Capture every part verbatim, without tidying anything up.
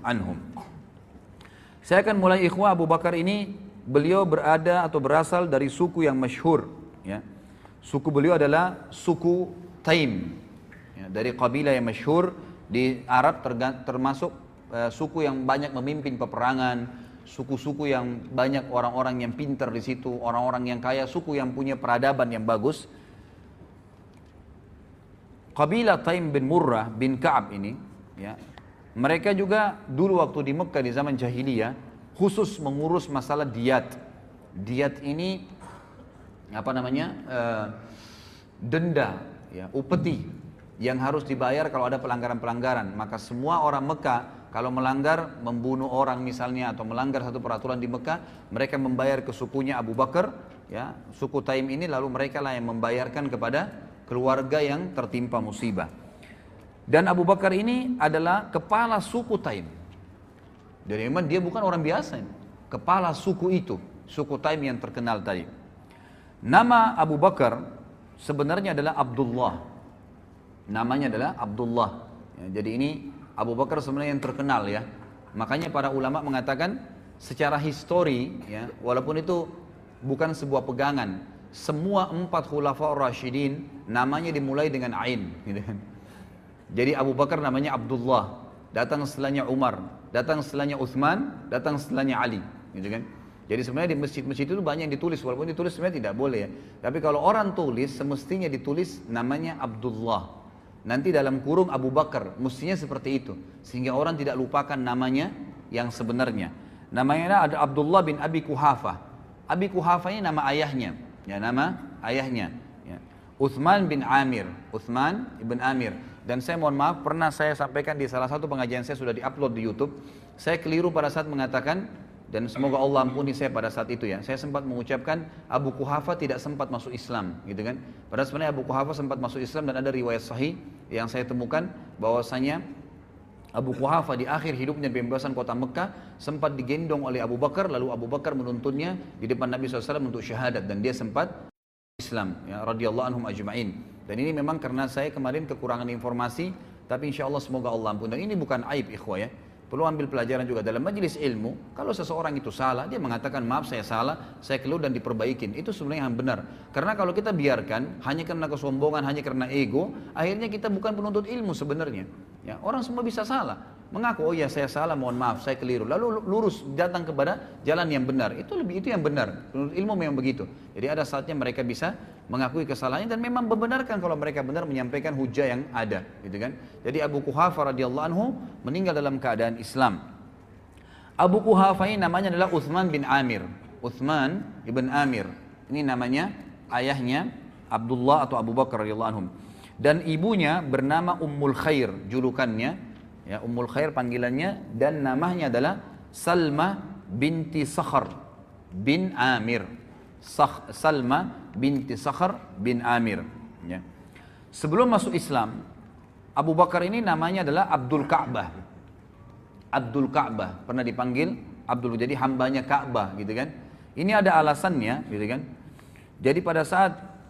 anhum. Saya akan mulai ikhwah. Abu Bakar ini beliau berada atau berasal dari suku yang masyhur, ya. Suku beliau adalah suku Taim, ya, dari kabilah yang masyhur di Arab, termasuk uh, suku yang banyak memimpin peperangan, suku-suku yang banyak orang-orang yang pintar di situ, orang-orang yang kaya, suku yang punya peradaban yang bagus. Kabilah Taim bin Murrah bin Ka'ab ini, ya, mereka juga dulu waktu di Mekah di zaman jahiliyah khusus mengurus masalah diyat. Diyat ini apa namanya? Uh, denda, ya, upeti yang harus dibayar kalau ada pelanggaran-pelanggaran. Maka semua orang Mekah kalau melanggar, membunuh orang misalnya atau melanggar satu peraturan di Mekah, mereka membayar ke sukunya Abu Bakar, ya, suku Taim ini, lalu mereka lah yang membayarkan kepada keluarga yang tertimpa musibah. Dan Abu Bakar ini adalah kepala suku Taim. Jadi memang dia bukan orang biasa, kepala suku itu, suku Taim yang terkenal tadi. Nama Abu Bakar sebenarnya adalah Abdullah. Namanya adalah Abdullah. Ya, jadi ini Abu Bakar sebenarnya yang terkenal, ya. Makanya para ulama mengatakan secara histori, ya, walaupun itu bukan sebuah pegangan, semua empat khulafaur rasyidin namanya dimulai dengan Ain, gitu kan. Jadi Abu Bakar namanya Abdullah, datang setelahnya Umar, datang setelahnya Uthman, datang setelahnya Ali, gitu kan. Jadi sebenarnya di masjid-masjid itu banyak yang ditulis, walaupun ditulis sebenarnya tidak boleh, ya. Tapi kalau orang tulis, semestinya ditulis namanya Abdullah. Nanti dalam kurung Abu Bakar, mestinya seperti itu, sehingga orang tidak lupakan namanya yang sebenarnya. Namanya ada Abdullah bin Abi Kuhafa. Abi Kuhafa ini nama ayahnya, ya, nama ayahnya. Ya. Uthman bin Amir, Uthman ibn Amir. Dan saya mohon maaf, pernah saya sampaikan di salah satu pengajian saya, sudah diupload di YouTube. Saya keliru pada saat mengatakan, dan semoga Allah ampuni saya pada saat itu, ya. Saya sempat mengucapkan Abu Kuhafa tidak sempat masuk Islam, gitu kan. Padahal sebenarnya Abu Kuhafa sempat masuk Islam, dan ada riwayat sahih yang saya temukan bahwasanya Abu Kuhafa di akhir hidupnya di pembebasan kota Mekah sempat digendong oleh Abu Bakar, lalu Abu Bakar menuntunnya di depan Nabi shallallahu alaihi wasallam untuk syahadat, dan dia sempat Islam, ya, radhiyallahu anhum ajma'in. Dan ini memang karena saya kemarin kekurangan informasi, tapi insya Allah semoga Allah ampun. Dan ini bukan aib, ikhwah, ya. Perlu ambil pelajaran juga dalam majelis ilmu. Kalau seseorang itu salah, dia mengatakan maaf saya salah, saya keliru dan diperbaikin. Itu sebenarnya yang benar. Karena kalau kita biarkan hanya karena kesombongan, hanya karena ego, akhirnya kita bukan penuntut ilmu sebenarnya. Ya, orang semua bisa salah. Mengaku, oh ya saya salah, mohon maaf, saya keliru. Lalu lurus datang kepada jalan yang benar. Itu lebih itu yang benar. Menurut ilmu memang begitu. Jadi ada saatnya mereka bisa mengakui kesalahannya dan memang membenarkan kalau mereka benar menyampaikan hujah yang ada, gitu kan. Jadi Abu Kuhafa radhiyallahu anhu meninggal dalam keadaan Islam. Abu Kuhafa ini namanya adalah Uthman bin Amir. Uthman ibn Amir. Ini namanya ayahnya Abdullah atau Abu Bakar radhiyallahu anhum. Dan ibunya bernama Ummul Khair, julukannya. Ya, Ummul Khair panggilannya, dan namanya adalah Salma binti Sakhar bin Amir. Sakh, Salma binti Sakhar bin Amir. Ya. Sebelum masuk Islam, Abu Bakar ini namanya adalah Abdul Ka'bah. Abdul Ka'bah, pernah dipanggil Abdul, jadi hambanya Ka'bah, gitu kan. Ini ada alasannya, gitu kan. Jadi pada saat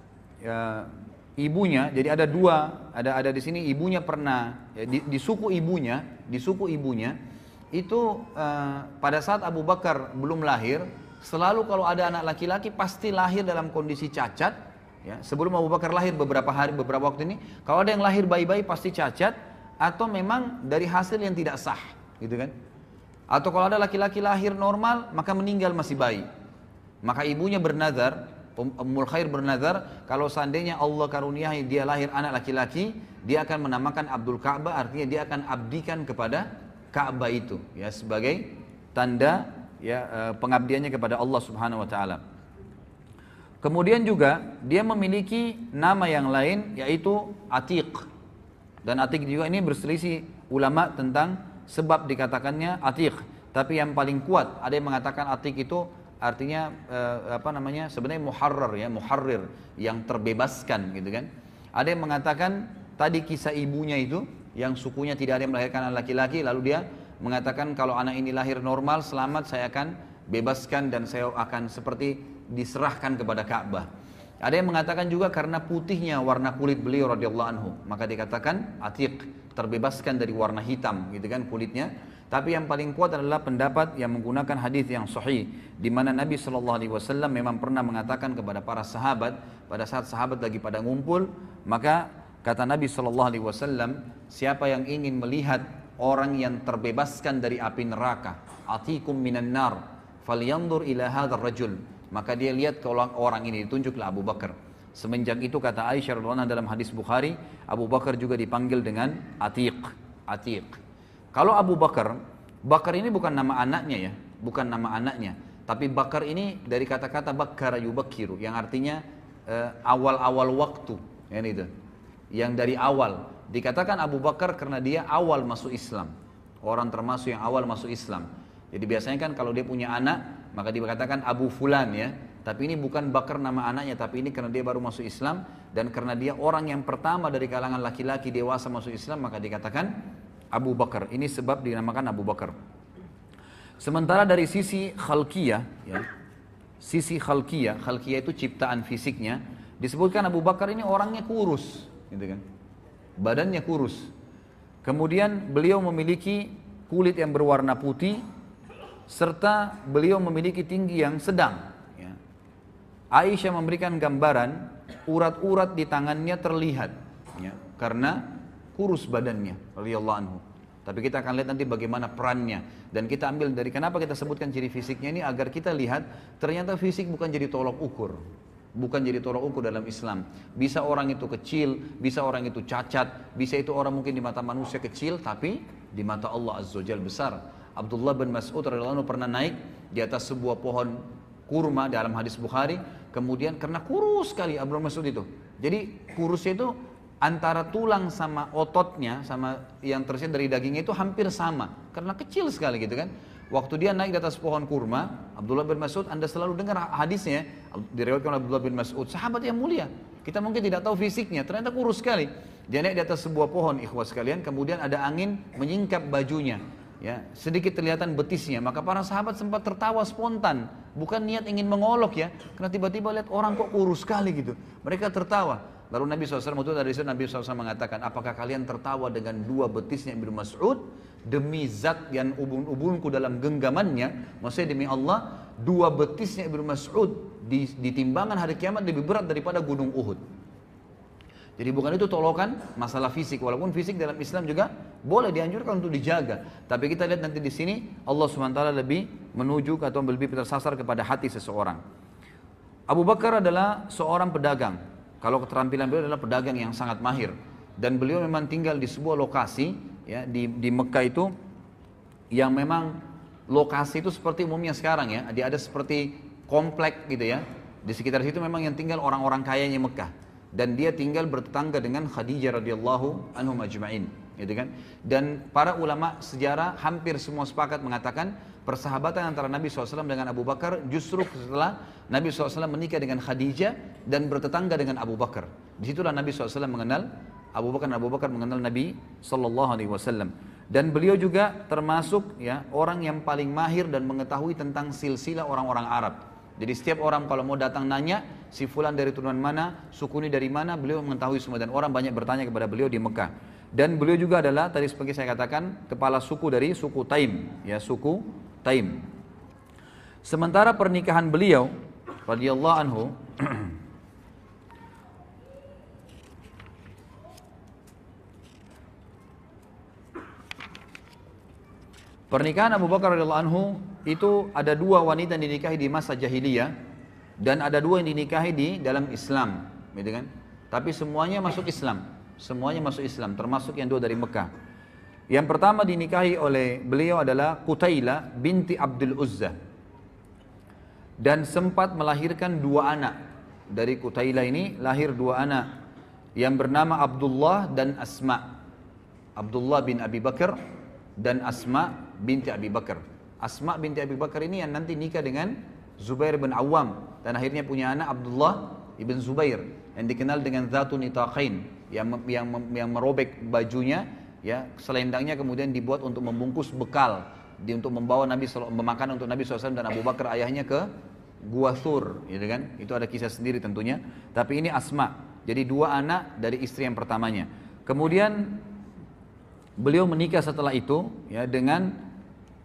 ya, ibunya, jadi ada dua, ada ada di sini ibunya pernah ya, di, di suku ibunya, di suku ibunya itu uh, pada saat Abu Bakar belum lahir, selalu kalau ada anak laki-laki pasti lahir dalam kondisi cacat. Ya, sebelum Abu Bakar lahir beberapa hari, beberapa waktu ini, kalau ada yang lahir bayi-bayi pasti cacat atau memang dari hasil yang tidak sah, gitu kan? Atau kalau ada laki-laki lahir normal maka meninggal masih bayi. Maka ibunya bernazar, Ummul Khair bernazar, kalau seandainya Allah karuniai dia lahir anak laki-laki, dia akan menamakan Abdul Ka'bah, artinya dia akan abdikan kepada Ka'bah itu, ya, sebagai tanda ya pengabdiannya kepada Allah Subhanahu wa taala. Kemudian juga dia memiliki nama yang lain yaitu Atiq. Dan Atiq juga ini berselisih ulama tentang sebab dikatakannya Atiq. Tapi yang paling kuat ada yang mengatakan Atiq itu artinya eh, apa namanya? Sebenarnya muharrar, ya, muharrir, yang terbebaskan, gitu kan. Ada yang mengatakan tadi kisah ibunya itu yang sukunya tidak ada yang melahirkan anak laki-laki, lalu dia mengatakan kalau anak ini lahir normal selamat, saya akan bebaskan dan saya akan seperti diserahkan kepada Ka'bah. Ada yang mengatakan juga karena putihnya warna kulit beliau radhiyallahu anhu, maka dikatakan Atiq, terbebaskan dari warna hitam, gitu kan, kulitnya. Tapi yang paling kuat adalah pendapat yang menggunakan hadis yang sahih, di mana Nabi shallallahu alaihi wasallam memang pernah mengatakan kepada para sahabat pada saat sahabat lagi pada ngumpul, maka kata Nabi shallallahu alaihi wasallam, siapa yang ingin melihat orang yang terbebaskan dari api neraka, atikum minan nar, falyanzur ila hadzal rajul, maka dia lihat ke orang ini, ditunjuklah Abu Bakar. Semenjak itu kata Aisyah radhiyallahu anha dalam hadis Bukhari, Abu Bakar juga dipanggil dengan Atiq, Atiq. Kalau Abu Bakar, Bakar ini bukan nama anaknya ya, bukan nama anaknya, tapi Bakar ini dari kata-kata Bakkara yubakkiru, yang artinya uh, awal-awal waktu, ya itu. Yang dari awal dikatakan Abu Bakar karena dia awal masuk Islam, orang termasuk yang awal masuk Islam. Jadi biasanya kan kalau dia punya anak maka dikatakan Abu Fulan ya, tapi ini bukan Bakar nama anaknya, tapi ini karena dia baru masuk Islam dan karena dia orang yang pertama dari kalangan laki-laki dewasa masuk Islam, maka dikatakan Abu Bakar. Ini sebab dinamakan Abu Bakar. Sementara dari sisi khalqiyah ya, sisi khalqiyah, khalqiyah itu ciptaan fisiknya, disebutkan Abu Bakar ini orangnya kurus, gitu kan, badannya kurus. Kemudian beliau memiliki kulit yang berwarna putih, serta beliau memiliki tinggi yang sedang. Ya. Aisyah memberikan gambaran urat-urat di tangannya terlihat, ya, karena kurus badannya, radhiyallahu anhu. Tapi kita akan lihat nanti bagaimana perannya. Dan kita ambil dari kenapa kita sebutkan ciri fisiknya ini, agar kita lihat ternyata fisik bukan jadi tolok ukur. Bukan jadi tolok ukur dalam Islam. Bisa orang itu kecil, bisa orang itu cacat, bisa itu orang mungkin di mata manusia kecil, tapi di mata Allah Azza wa Jalla besar. Abdullah bin Mas'ud radhiyallahu anhu pernah naik di atas sebuah pohon kurma dalam hadis Bukhari, kemudian karena kurus sekali Abdullah bin Mas'ud itu. Jadi kurusnya itu antara tulang sama ototnya sama yang tersirat dari dagingnya itu hampir sama karena kecil sekali gitu kan. Waktu dia naik di atas pohon kurma, Abdullah bin Mas'ud, Anda selalu dengar hadisnya diriwayatkan oleh Abdullah bin Mas'ud, sahabat yang mulia. Kita mungkin tidak tahu fisiknya, ternyata kurus sekali. Dia naik di atas sebuah pohon, ikhwas sekalian, kemudian ada angin menyingkap bajunya. Ya, sedikit kelihatan betisnya, maka para sahabat sempat tertawa spontan, bukan niat ingin mengolok ya, karena tiba-tiba lihat orang kok kurus sekali gitu. Mereka tertawa. Lalu Nabi shallallahu alaihi wasallam, dari situ Nabi shallallahu alaihi wasallam mengatakan, apakah kalian tertawa dengan dua betisnya Ibnu Mas'ud? Demi zat yang ubun-ubunku dalam genggamannya, maksudnya demi Allah, dua betisnya Ibnu Mas'ud di, di timbangan hari kiamat lebih berat daripada gunung Uhud. Jadi bukan itu tolokan masalah fisik, walaupun fisik dalam Islam juga boleh dianjurkan untuk dijaga. Tapi kita lihat nanti di sini Allah subhanahu wa taala lebih menuju atau lebih tersasar kepada hati seseorang. Abu Bakar adalah seorang pedagang. Kalau keterampilan beliau adalah pedagang yang sangat mahir, dan beliau memang tinggal di sebuah lokasi ya di di Mekah itu yang memang lokasi itu seperti umumnya sekarang ya, dia ada seperti komplek gitu ya. Di sekitar situ memang yang tinggal orang-orang kayanya Mekah, dan dia tinggal bertetangga dengan Khadijah radhiyallahu anhum ajma'in, gitu kan. Dan para ulama sejarah hampir semua sepakat mengatakan persahabatan antara Nabi shallallahu alaihi wasallam dengan Abu Bakar justru setelah Nabi shallallahu alaihi wasallam menikah dengan Khadijah dan bertetangga dengan Abu Bakar. Disitulah Nabi shallallahu alaihi wasallam mengenal Abu Bakar, dan Abu Bakar mengenal Nabi shallallahu alaihi wasallam. Dan beliau juga termasuk ya orang yang paling mahir dan mengetahui tentang silsilah orang-orang Arab. Jadi setiap orang kalau mau datang nanya, si fulan dari turunan mana, suku ini dari mana, beliau mengetahui semua, dan orang banyak bertanya kepada beliau di Mekah. Dan beliau juga adalah tadi seperti saya katakan kepala suku dari suku Taim, ya suku Taim. Sementara pernikahan beliau radhiyallahu anhu pernikahan Abu Bakar radhiyallahu anhu itu ada dua wanita yang dinikahi di masa jahiliyah dan ada dua yang dinikahi di dalam Islam, gitu kan? Tapi semuanya masuk Islam, semuanya masuk Islam, termasuk yang dua dari Mekah. Yang pertama dinikahi oleh beliau adalah Qutailah binti Abdul Uzza, dan sempat melahirkan dua anak. Dari Qutailah ini lahir dua anak yang bernama Abdullah dan Asma. Abdullah bin Abi Bakar dan Asma binti Abi Bakar. Asma binti Abi Bakar ini yang nanti nikah dengan Zubair bin Awam, dan akhirnya punya anak Abdullah ibn Zubair yang dikenal dengan Zatun Nitaqain, yang yang yang merobek bajunya ya, selendangnya kemudian dibuat untuk membungkus bekal di, untuk membawa Nabi memakan untuk Nabi shallallahu alaihi wasallam dan Abu Bakar ayahnya ke Gua Thur, gitu kan? Itu ada kisah sendiri tentunya. Tapi ini Asma. Jadi dua anak dari istri yang pertamanya. Kemudian beliau menikah setelah itu ya dengan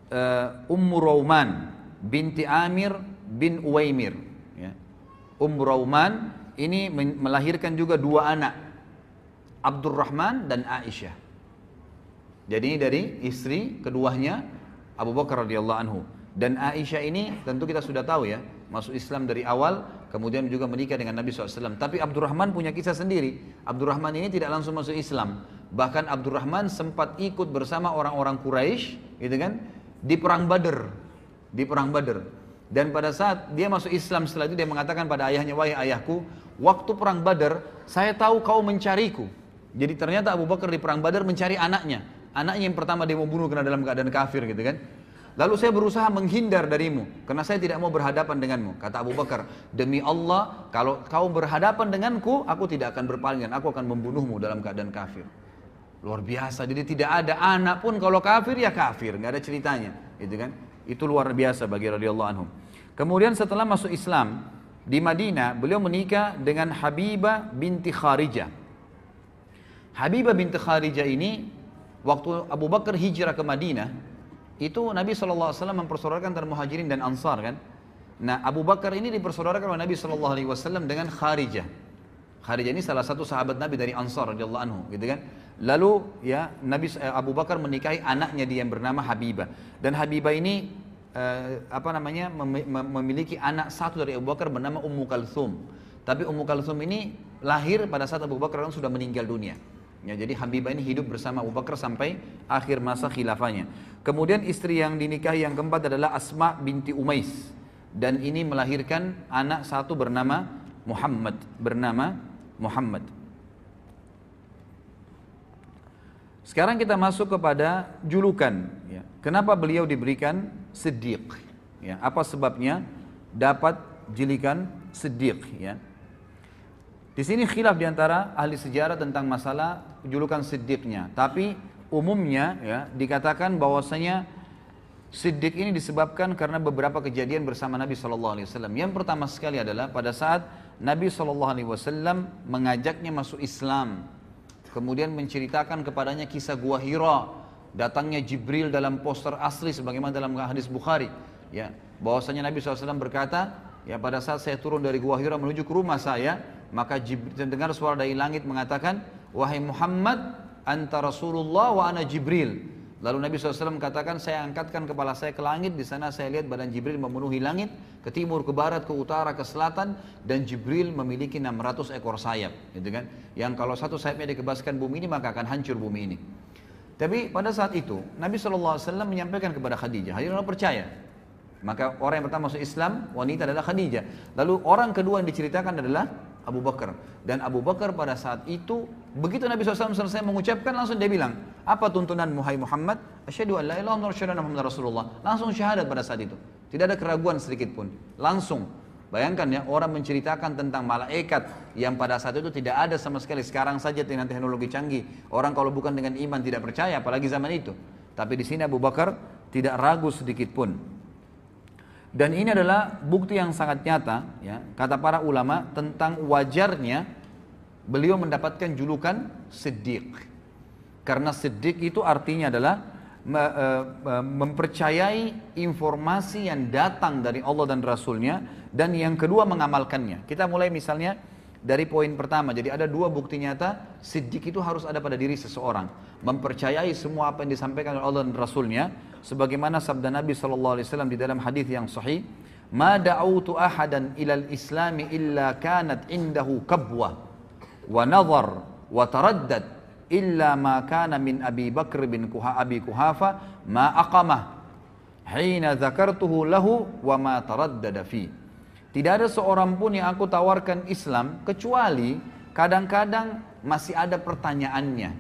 uh, Ummu Rauman binti Amir bin Uwaimir. Ya. Ummu Rauman ini melahirkan juga dua anak, Abdurrahman dan Aisyah. Jadi ini dari istri keduanya Abu Bakar radhiyallahu anhu. Dan Aisyah ini tentu kita sudah tahu ya, masuk Islam dari awal, kemudian juga menikah dengan Nabi shallallahu alaihi wasallam. Tapi Abdurrahman punya kisah sendiri. Abdurrahman ini tidak langsung masuk Islam. Bahkan Abdurrahman sempat ikut bersama orang-orang Quraisy, gitu kan, di perang Badr, di perang Badr. Dan pada saat dia masuk Islam setelah itu dia mengatakan pada ayahnya, wahai ayahku, waktu perang Badr saya tahu kau mencariku. Jadi ternyata Abu Bakar di perang Badr mencari anaknya, anaknya yang pertama dia mau bunuh karena dalam keadaan kafir, gitu kan. Lalu saya berusaha menghindar darimu karena saya tidak mau berhadapan denganmu. Kata Abu Bakar, demi Allah, kalau kau berhadapan denganku, aku tidak akan berpaling dan aku akan membunuhmu dalam keadaan kafir. Luar biasa. Jadi tidak ada anak pun kalau kafir ya kafir, nggak ada ceritanya, gitu kan? Itu luar biasa bagi radhiyallahu anhum. Kemudian setelah masuk Islam di Madinah, beliau menikah dengan Habibah binti Kharijah. Habibah binti Kharijah ini waktu Abu Bakar hijrah ke Madinah, itu Nabi shallallahu alaihi wasallam mempersaudarakan antara Muhajirin dan Ansar kan. Nah, Abu Bakar ini dipersaudarakan oleh Nabi shallallahu alaihi wasallam dengan Kharijah. Kharijah ini salah satu sahabat Nabi dari Ansar radhiyallahu anhu, gitu kan. Lalu ya Nabi Abu Bakar menikahi anaknya dia yang bernama Habibah. Dan Habibah ini eh, apa namanya memiliki anak satu dari Abu Bakar bernama Ummu Kalthum. Tapi Ummu Kalthum ini lahir pada saat Abu Bakar sudah meninggal dunia. Ya, jadi Habibah ini hidup bersama Abu Bakar sampai akhir masa khilafahnya. Kemudian istri yang dinikahi yang keempat adalah Asma binti Umais. Dan ini melahirkan anak satu bernama Muhammad, bernama Muhammad. Sekarang kita masuk kepada julukan. Ya. Kenapa beliau diberikan Siddiq? Ya. Apa sebabnya dapat julukan Siddiq? Ya. Di sini khilaf diantara ahli sejarah tentang masalah julukan Siddiqnya. Tapi umumnya ya, dikatakan bahwasanya Siddiq ini disebabkan karena beberapa kejadian bersama Nabi shallallahu alaihi wasallam. Yang pertama sekali adalah pada saat Nabi shallallahu alaihi wasallam mengajaknya masuk Islam. Kemudian menceritakan kepadanya kisah Gua Hira, datangnya Jibril dalam poster asli sebagaimana dalam hadis Bukhari, ya, bahwasanya Nabi shallallahu alaihi wasallam berkata, ya, pada saat saya turun dari Gua Hira menuju ke rumah saya, maka Jibril dengar suara dari langit mengatakan, wahai Muhammad, anta Rasulullah wa ana Jibril. Lalu Nabi shallallahu alaihi wasallam katakan, saya angkatkan kepala saya ke langit, di sana saya lihat badan Jibril memenuhi langit, ke timur, ke barat, ke utara, ke selatan, dan Jibril memiliki enam ratus ekor sayap, gitu kan? Yang kalau satu sayapnya dikebaskan bumi ini maka akan hancur bumi ini. Tapi pada saat itu Nabi shallallahu alaihi wasallam menyampaikan kepada Khadijah, hadirin orang percaya. Maka orang yang pertama masuk Islam wanita adalah Khadijah. Lalu orang kedua yang diceritakan adalah Abu Bakar. Dan Abu Bakar pada saat itu, begitu Nabi shallallahu alaihi wasallam selesai mengucapkan, langsung dia bilang, apa tuntunanmu hai Muhammad? Asyhadu an la ilaha illallah wa asyhadu anna Muhammadar Rasulullah. Langsung syahadat pada saat itu. Tidak ada keraguan sedikit pun. Langsung. Bayangkan ya, orang menceritakan tentang malaikat yang pada saat itu tidak ada sama sekali. Sekarang saja dengan teknologi canggih, orang kalau bukan dengan iman tidak percaya, apalagi zaman itu. Tapi di sini Abu Bakar tidak ragu sedikit pun. Dan ini adalah bukti yang sangat nyata, ya, kata para ulama tentang wajarnya beliau mendapatkan julukan Siddiq. Karena Siddiq itu artinya adalah mempercayai informasi yang datang dari Allah dan Rasulnya, dan yang kedua mengamalkannya. Kita mulai misalnya dari poin pertama. Jadi ada dua bukti nyata Siddiq itu harus ada pada diri seseorang, mempercayai semua apa yang disampaikan oleh Allah dan Rasulnya, sebagaimana sabda Nabi shallallahu alaihi wasallam di dalam hadis yang sahih, ma da'utu ahadan ilal islami illa kanat indahu kabwa wa nazar wa taraddad illa ma kana min Abi Bakr bin Kuha Abi Kuhafa ma aqamah hina zakartuhu lahu wa ma taraddada fi. Tidak ada seorang pun yang aku tawarkan Islam kecuali kadang-kadang masih ada pertanyaannya,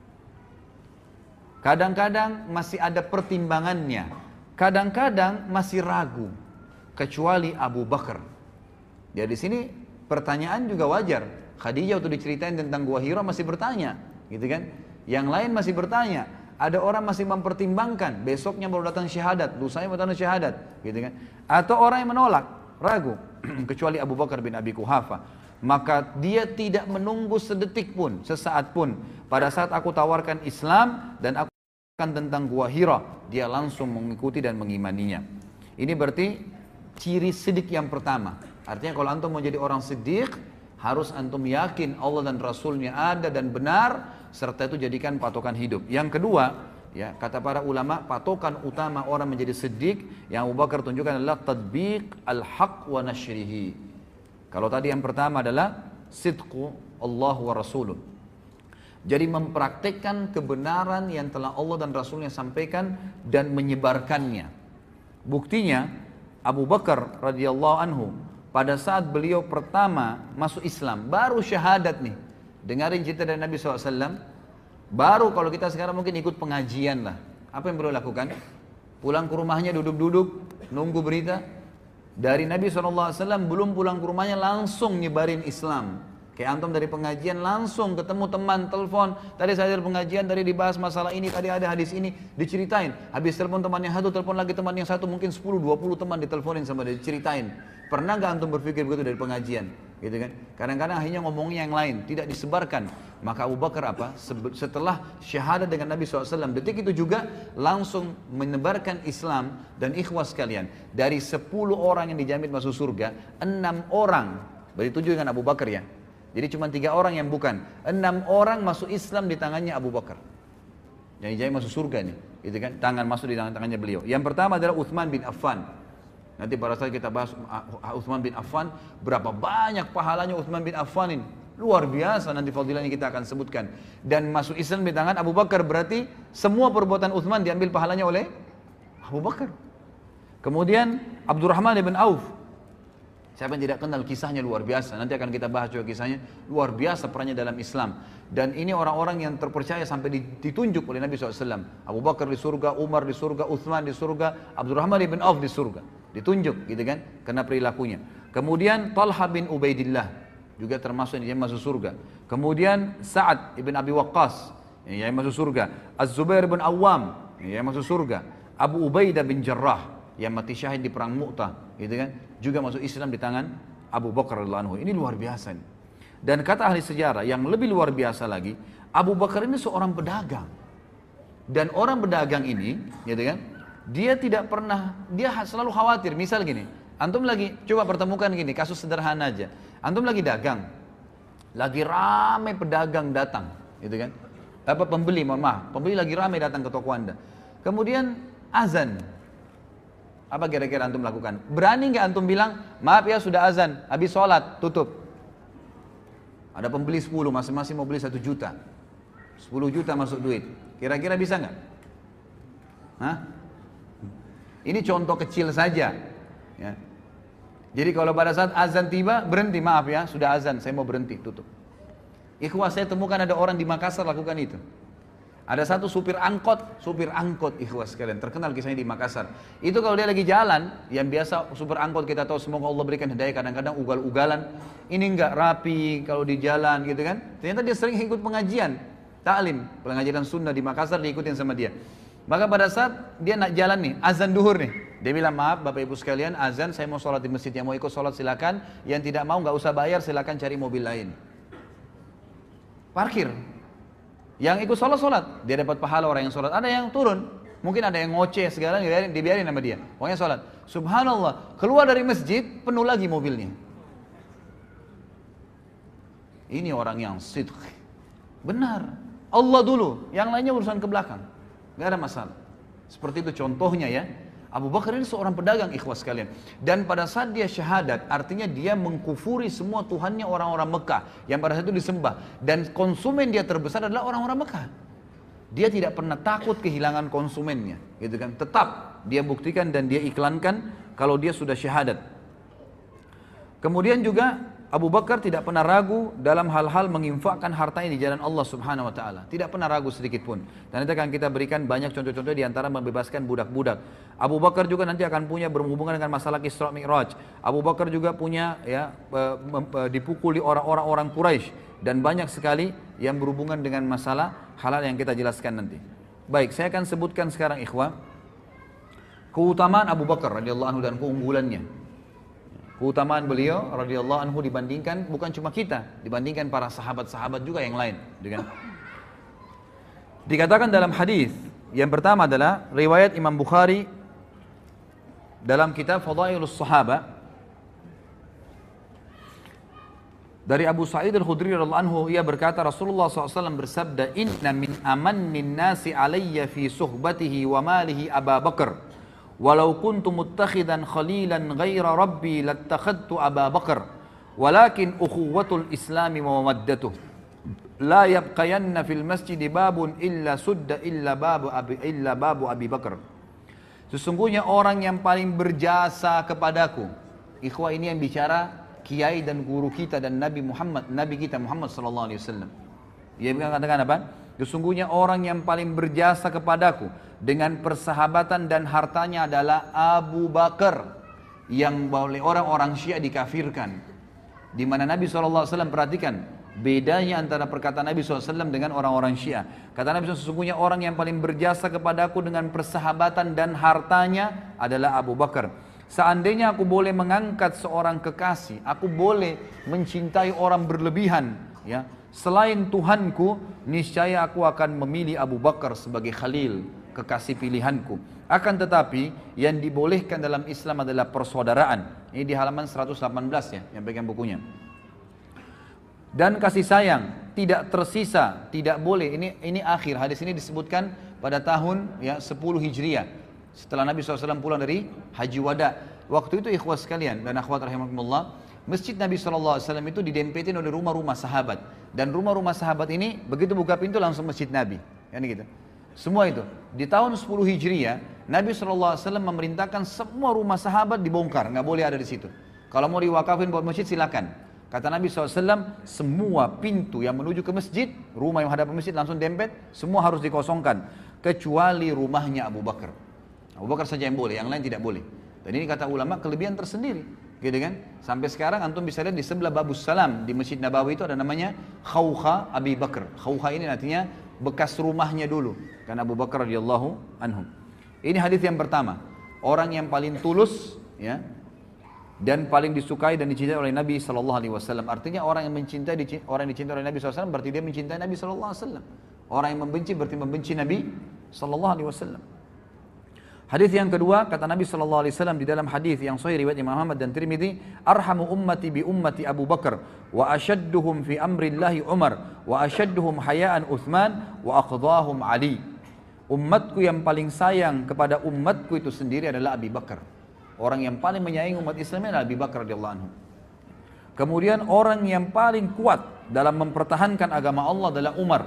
kadang-kadang masih ada pertimbangannya, kadang-kadang masih ragu, kecuali Abu Bakar. Ya, di sini pertanyaan juga wajar. Khadijah waktu diceritain tentang Gua Hira masih bertanya, gitu kan? Yang lain masih bertanya. Ada orang masih mempertimbangkan, besoknya baru datang syahadat, lusanya baru datang syahadat, gitu kan? Atau orang yang menolak, ragu, kecuali Abu Bakar bin Abi Kuhafa. Maka dia tidak menunggu sedetik pun, sesaat pun. Pada saat aku tawarkan Islam dan aku tentang Gua Hira, dia langsung mengikuti dan mengimaninya. Ini berarti ciri siddiq yang pertama. Artinya kalau antum mau jadi orang siddiq, harus antum yakin Allah dan Rasulnya ada dan benar, serta itu jadikan patokan hidup. Yang kedua, ya, kata para ulama, patokan utama orang menjadi siddiq yang Abu Bakar tunjukkan adalah tadbiq al-haq wa nashrihi. Kalau tadi yang pertama adalah sidqu Allah wa Rasuluh. Jadi mempraktekkan kebenaran yang telah Allah dan Rasulnya sampaikan dan menyebarkannya. Buktinya Abu Bakar radhiyallahu anhu pada saat beliau pertama masuk Islam, baru syahadat nih. Dengarin cerita dari Nabi shallallahu alaihi wasallam. Baru kalau kita sekarang mungkin ikut pengajian lah. Apa yang beliau lakukan? Pulang ke rumahnya duduk-duduk, nunggu berita. Dari Nabi shallallahu alaihi wasallam belum pulang ke rumahnya langsung nyebarin Islam. Kayak antum dari pengajian langsung ketemu teman, telepon. Tadi saya dari pengajian, tadi dibahas masalah ini, tadi ada hadis ini, diceritain. Habis telepon teman yang satu, telepon lagi teman yang satu, mungkin sepuluh, dua puluh teman diteleponin sama dia, diceritain. Pernah gak antum berpikir begitu dari pengajian? Gitu kan? Kadang-kadang akhirnya ngomongnya yang lain, tidak disebarkan. Maka Abu Bakar apa? Setelah syahadat dengan Nabi shallallahu alaihi wasallam, detik itu juga langsung menebarkan Islam. Dan ikhwas sekalian, dari sepuluh orang yang dijamin masuk surga, enam orang, berarti tujuh dengan Abu Bakar ya. Jadi cuma tiga orang yang bukan. Enam orang masuk Islam di tangannya Abu Bakar. Yang dijamin masuk surga nih, gitu kan? Tangan masuk di tangan-tangannya beliau. Yang pertama adalah Uthman bin Affan. Nanti pada saat kita bahas Uthman bin Affan, berapa banyak pahalanya Uthman bin Affan ini. Luar biasa, nanti fadilahnya kita akan sebutkan. Dan masuk Islam di tangan Abu Bakar berarti semua perbuatan Uthman diambil pahalanya oleh Abu Bakar. Kemudian Abdurrahman bin Auf. Siapa yang tidak kenal kisahnya luar biasa. Nanti akan kita bahas juga kisahnya. Luar biasa perannya dalam Islam. Dan ini orang-orang yang terpercaya sampai ditunjuk oleh Nabi shallallahu alaihi wasallam. Abu Bakar di surga, Umar di surga, Uthman di surga, Abdurrahman bin Auf di surga. Ditunjuk gitu kan, karena perilakunya. Kemudian Talha bin Ubaidillah juga termasuk yang masuk surga. Kemudian Sa'ad ibn Abi Waqqas yang masuk surga. Az-Zubair bin Awam yang masuk surga. Abu Ubaidah bin Jarrah yang mati syahid di perang Mu'tah, gitu kan, juga masuk Islam di tangan Abu Bakar radhiyallahu anhu. Ini luar biasa nih. Dan kata ahli sejarah yang lebih luar biasa lagi, Abu Bakar ini seorang pedagang. Dan orang pedagang ini, gitu kan, dia tidak pernah, dia selalu khawatir. Misal gini, antum lagi coba pertemukan gini, kasus sederhana aja. Antum lagi dagang, lagi ramai pedagang datang, gitu kan. Apa pembeli, mohon maaf, pembeli lagi ramai datang ke toko Anda. Kemudian azan. Apa kira-kira antum lakukan? Berani nggak antum bilang, maaf ya sudah azan, habis sholat, tutup. Ada pembeli sepuluh, masing-masing mau beli satu juta. sepuluh juta masuk duit. Kira-kira bisa nggak? Hah? Ini contoh kecil saja. Ya. Jadi kalau pada saat azan tiba, berhenti, maaf ya, sudah azan, saya mau berhenti, tutup. Ikhwah, saya temukan ada orang di Makassar lakukan itu. Ada satu supir angkot, supir angkot ikhwas sekalian, terkenal kisahnya di Makassar. Itu kalau dia lagi jalan, yang biasa supir angkot kita tahu semoga Allah berikan hidayah, kadang-kadang ugal-ugalan. Ini enggak rapi kalau di jalan gitu kan. Ternyata dia sering ikut pengajian, taklim, pengajian sunnah di Makassar diikutin sama dia. Maka pada saat dia nak jalan nih, azan duhur nih. Dia bilang, maaf Bapak Ibu sekalian, azan saya mau sholat di masjid, yang mau ikut sholat silakan, yang tidak mau nggak usah bayar, silakan cari mobil lain. Parkir. Yang ikut sholat, sholat. Dia dapat pahala orang yang sholat. Ada yang turun. Mungkin ada yang ngoceh segala, dibiarin, dibiarin sama dia. Pokoknya sholat. Subhanallah. Keluar dari masjid, penuh lagi mobilnya. Ini orang yang sidq. Benar. Allah dulu. Yang lainnya urusan ke belakang. Gak ada masalah. Seperti itu contohnya ya. Abu Bakar ini seorang pedagang ikhwas sekalian. Dan pada saat dia syahadat, artinya dia mengkufuri semua Tuhannya orang-orang Mekah yang pada saat itu disembah. Dan konsumen dia terbesar adalah orang-orang Mekah. Dia tidak pernah takut kehilangan konsumennya, gitu kan? Tetap dia buktikan dan dia iklankan kalau dia sudah syahadat. Kemudian juga Abu Bakar tidak pernah ragu dalam hal-hal menginfakkan hartanya di jalan Allah Subhanahu wa taala. Tidak pernah ragu sedikit pun. Dan nanti akan kita berikan banyak contoh-contoh di antara membebaskan budak-budak. Abu Bakar juga nanti akan punya berhubungan dengan masalah Isra Mi'raj. Abu Bakar juga punya ya dipukuli orang-orang orang Quraisy dan banyak sekali yang berhubungan dengan masalah halal yang kita jelaskan nanti. Baik, saya akan sebutkan sekarang ikhwah keutamaan Abu Bakar radhiyallahu anhu dan keunggulannya. Keutamaan beliau radhiyallahu anhu dibandingkan bukan cuma kita, dibandingkan para sahabat-sahabat juga yang lain, dengan dikatakan dalam hadis Yang pertama adalah riwayat Imam Bukhari dalam kitab Fadailus Sahaba dari Abu Sa'id Al-Khudri radhiyallahu anhu, ia berkata Rasulullah shallallahu alaihi wasallam bersabda, inna min amannin nasi alayya fi suhbatihi wa malihi Aba Bakar, walau kuntu muttakhidan khalilan ghaira rabbi lattakhadtu Aba Bakar, walakin ukhuwatul islami wa mawaddatuh la yabqayanna fil masjid babun illa sudda illa babu abi illa babu Abi Bakar. Sesungguhnya orang yang paling berjasa kepadaku, ikhwah ini yang bicara kiai dan guru kita dan Nabi Muhammad, Nabi kita Muhammad sallallahu alaihi wasallam. Dia mengatakan apa? Sesungguhnya orang yang paling berjasa kepadaku dengan persahabatan dan hartanya adalah Abu Bakar, yang oleh orang-orang Syiah dikafirkan. Di mana Nabi sallallahu alaihi wasallam, perhatikan bedanya antara perkataan Nabi sallallahu alaihi wasallam dengan orang-orang Syiah. Kata Nabi sallallahu alaihi wasallam, sesungguhnya orang yang paling berjasa kepadaku dengan persahabatan dan hartanya adalah Abu Bakar. Seandainya aku boleh mengangkat seorang kekasih, aku boleh mencintai orang berlebihan, ya, selain Tuhanku, niscaya aku akan memilih Abu Bakar sebagai khalil, kekasih pilihanku. Akan tetapi yang dibolehkan dalam Islam adalah persaudaraan. Ini di halaman seratus delapan belas ya, yang pegang bukunya. Dan kasih sayang tidak tersisa, tidak boleh. Ini ini akhir hadis ini disebutkan pada tahun ya sepuluh Hijriah. Setelah Nabi shallallahu alaihi wasallam pulang dari Haji Wada. Waktu itu ikhwah sekalian dan akhwat rahimakumullah, masjid Nabi shallallahu alaihi wasallam itu didempetin oleh rumah-rumah sahabat. Dan rumah-rumah sahabat ini begitu buka pintu langsung masjid Nabi. Kan gitu. Semua itu. Di tahun sepuluh Hijriah, Nabi shallallahu alaihi wasallam memerintahkan semua rumah sahabat dibongkar. Nggak boleh ada di situ. Kalau mau diwakafin buat masjid silakan. Kata Nabi shallallahu alaihi wasallam, semua pintu yang menuju ke masjid, rumah yang menghadap masjid langsung dempet, semua harus dikosongkan. Kecuali rumahnya Abu Bakar. Abu Bakar saja yang boleh, yang lain tidak boleh. Dan ini kata ulama kelebihan tersendiri, gitu kan? Sampai sekarang antum bisa lihat di sebelah Babus Salam di Masjid Nabawi itu ada namanya Khawkha Abi Bakar. Khawkha ini artinya bekas rumahnya dulu, karena Abu Bakar radhiyallahu anhu. Ini hadis yang pertama, orang yang paling tulus, ya, dan paling disukai dan dicintai oleh Nabi sallallahu alaihi wasallam. Artinya orang yang mencintai orang yang dicintai oleh Nabi sallallahu alaihi wasallam berarti dia mencintai Nabi sallallahu alaihi wasallam. Orang yang membenci berarti membenci Nabi sallallahu alaihi wasallam. Hadis yang kedua, kata Nabi sallallahu alaihi wasallam di dalam hadis yang sahih riwayat Imam Ahmad dan Tirmidzi, arhamu ummati bi ummati Abu Bakar wa ashadduhum fi amrillahi Umar wa ashadduhum hayaan Uthman wa aqdahum Ali. Umatku yang paling sayang kepada umatku itu sendiri adalah Abi Bakar. Orang yang paling menyayangi umat Islam adalah Abi Bakar radhiyallahu anhu. Kemudian orang yang paling kuat dalam mempertahankan agama Allah adalah Umar.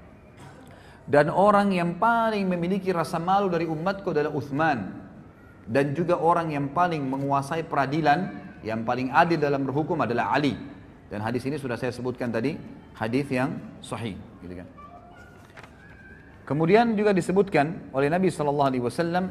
Dan orang yang paling memiliki rasa malu dari umatku adalah Uthman. Dan juga orang yang paling menguasai peradilan, yang paling adil dalam berhukum adalah Ali. Dan hadis ini sudah saya sebutkan tadi, hadis yang sahih, gitu kan. Kemudian juga disebutkan oleh Nabi sallallahu alaihi wasallam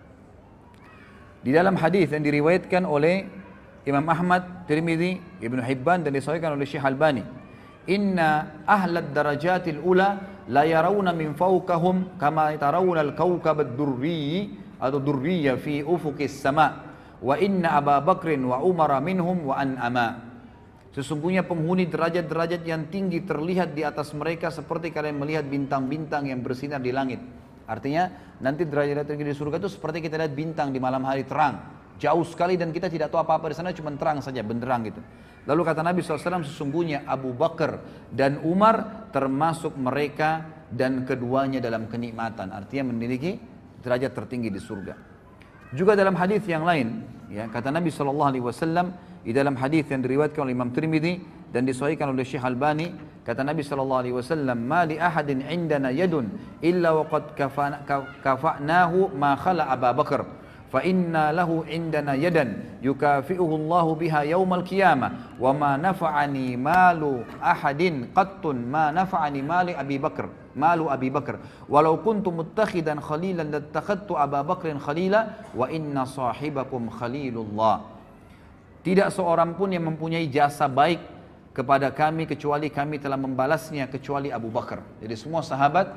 di dalam hadis yang diriwayatkan oleh Imam Ahmad, Tirmidzi, Ibnu Hibban dan disahihkan oleh Syekh Albani. Inna ahlad darajatil ula la yarawna min fawqahum kama tarawna al-kawkab ad-durri atau durriya fi ufuqis sama wa inna Abu Bakrin wa Umar minhum wa an'ama. Sesungguhnya penghuni derajat-derajat yang tinggi terlihat di atas mereka seperti kalian melihat bintang-bintang yang bersinar di langit. Artinya nanti derajat tinggi di surga itu seperti kita lihat bintang di malam hari terang, jauh sekali dan kita tidak tahu apa-apa di sana, cuma terang saja, benderang gitu. Lalu kata Nabi shallallahu alaihi wasallam, sesungguhnya Abu Bakar dan Umar termasuk mereka dan keduanya dalam kenikmatan. Artinya memiliki derajat tertinggi di surga. Juga dalam hadis yang lain, ya, kata Nabi shallallahu alaihi wasallam di dalam hadis yang diriwayatkan oleh Imam Tirmidzi dan disahihkan oleh Syekh Albani, kata Nabi shallallahu alaihi wasallam, "Ma li ahadin 'indana yadun illa waqad kafa'nahu ma khala Abu Bakar." Fa inna lahu indana yadan yukafi'uhu Allahu biha yaumal qiyamah wa ma nafa'ani malu ahadin qattun ma nafa'ani mali Abi Bakar malu Abi Bakar walau kuntu muttakhidan khalilan lattakhadtu Abu Bakrin khalila wa inna sahibakum khalilullah. Tidak seorang pun yang mempunyai jasa baik kepada kami kecuali kami telah membalasnya kecuali Abu Bakar. Jadi semua sahabat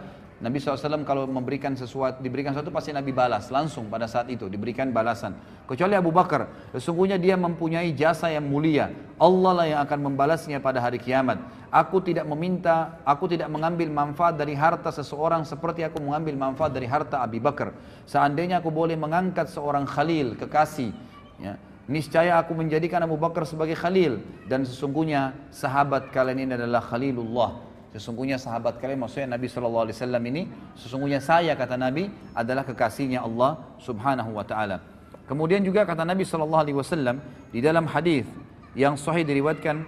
Nabi shallallahu alaihi wasallam kalau memberikan sesuatu, diberikan sesuatu pasti Nabi balas langsung pada saat itu, diberikan balasan. Kecuali Abu Bakar, sesungguhnya dia mempunyai jasa yang mulia. Allah lah yang akan membalasnya pada hari kiamat. Aku tidak meminta, aku tidak mengambil manfaat dari harta seseorang seperti aku mengambil manfaat dari harta Abu Bakar. Seandainya aku boleh mengangkat seorang khalil, kekasih, ya, niscaya aku menjadikan Abu Bakar sebagai khalil. Dan sesungguhnya sahabat kalian ini adalah khalilullah. Sesungguhnya sahabat kalian, maksudnya Nabi shallallahu alaihi wasallam ini, sesungguhnya saya, kata Nabi, adalah kekasihnya Allah subhanahu wa ta'ala. Kemudian juga kata Nabi shallallahu alaihi wasallam di dalam hadis yang sahih diriwayatkan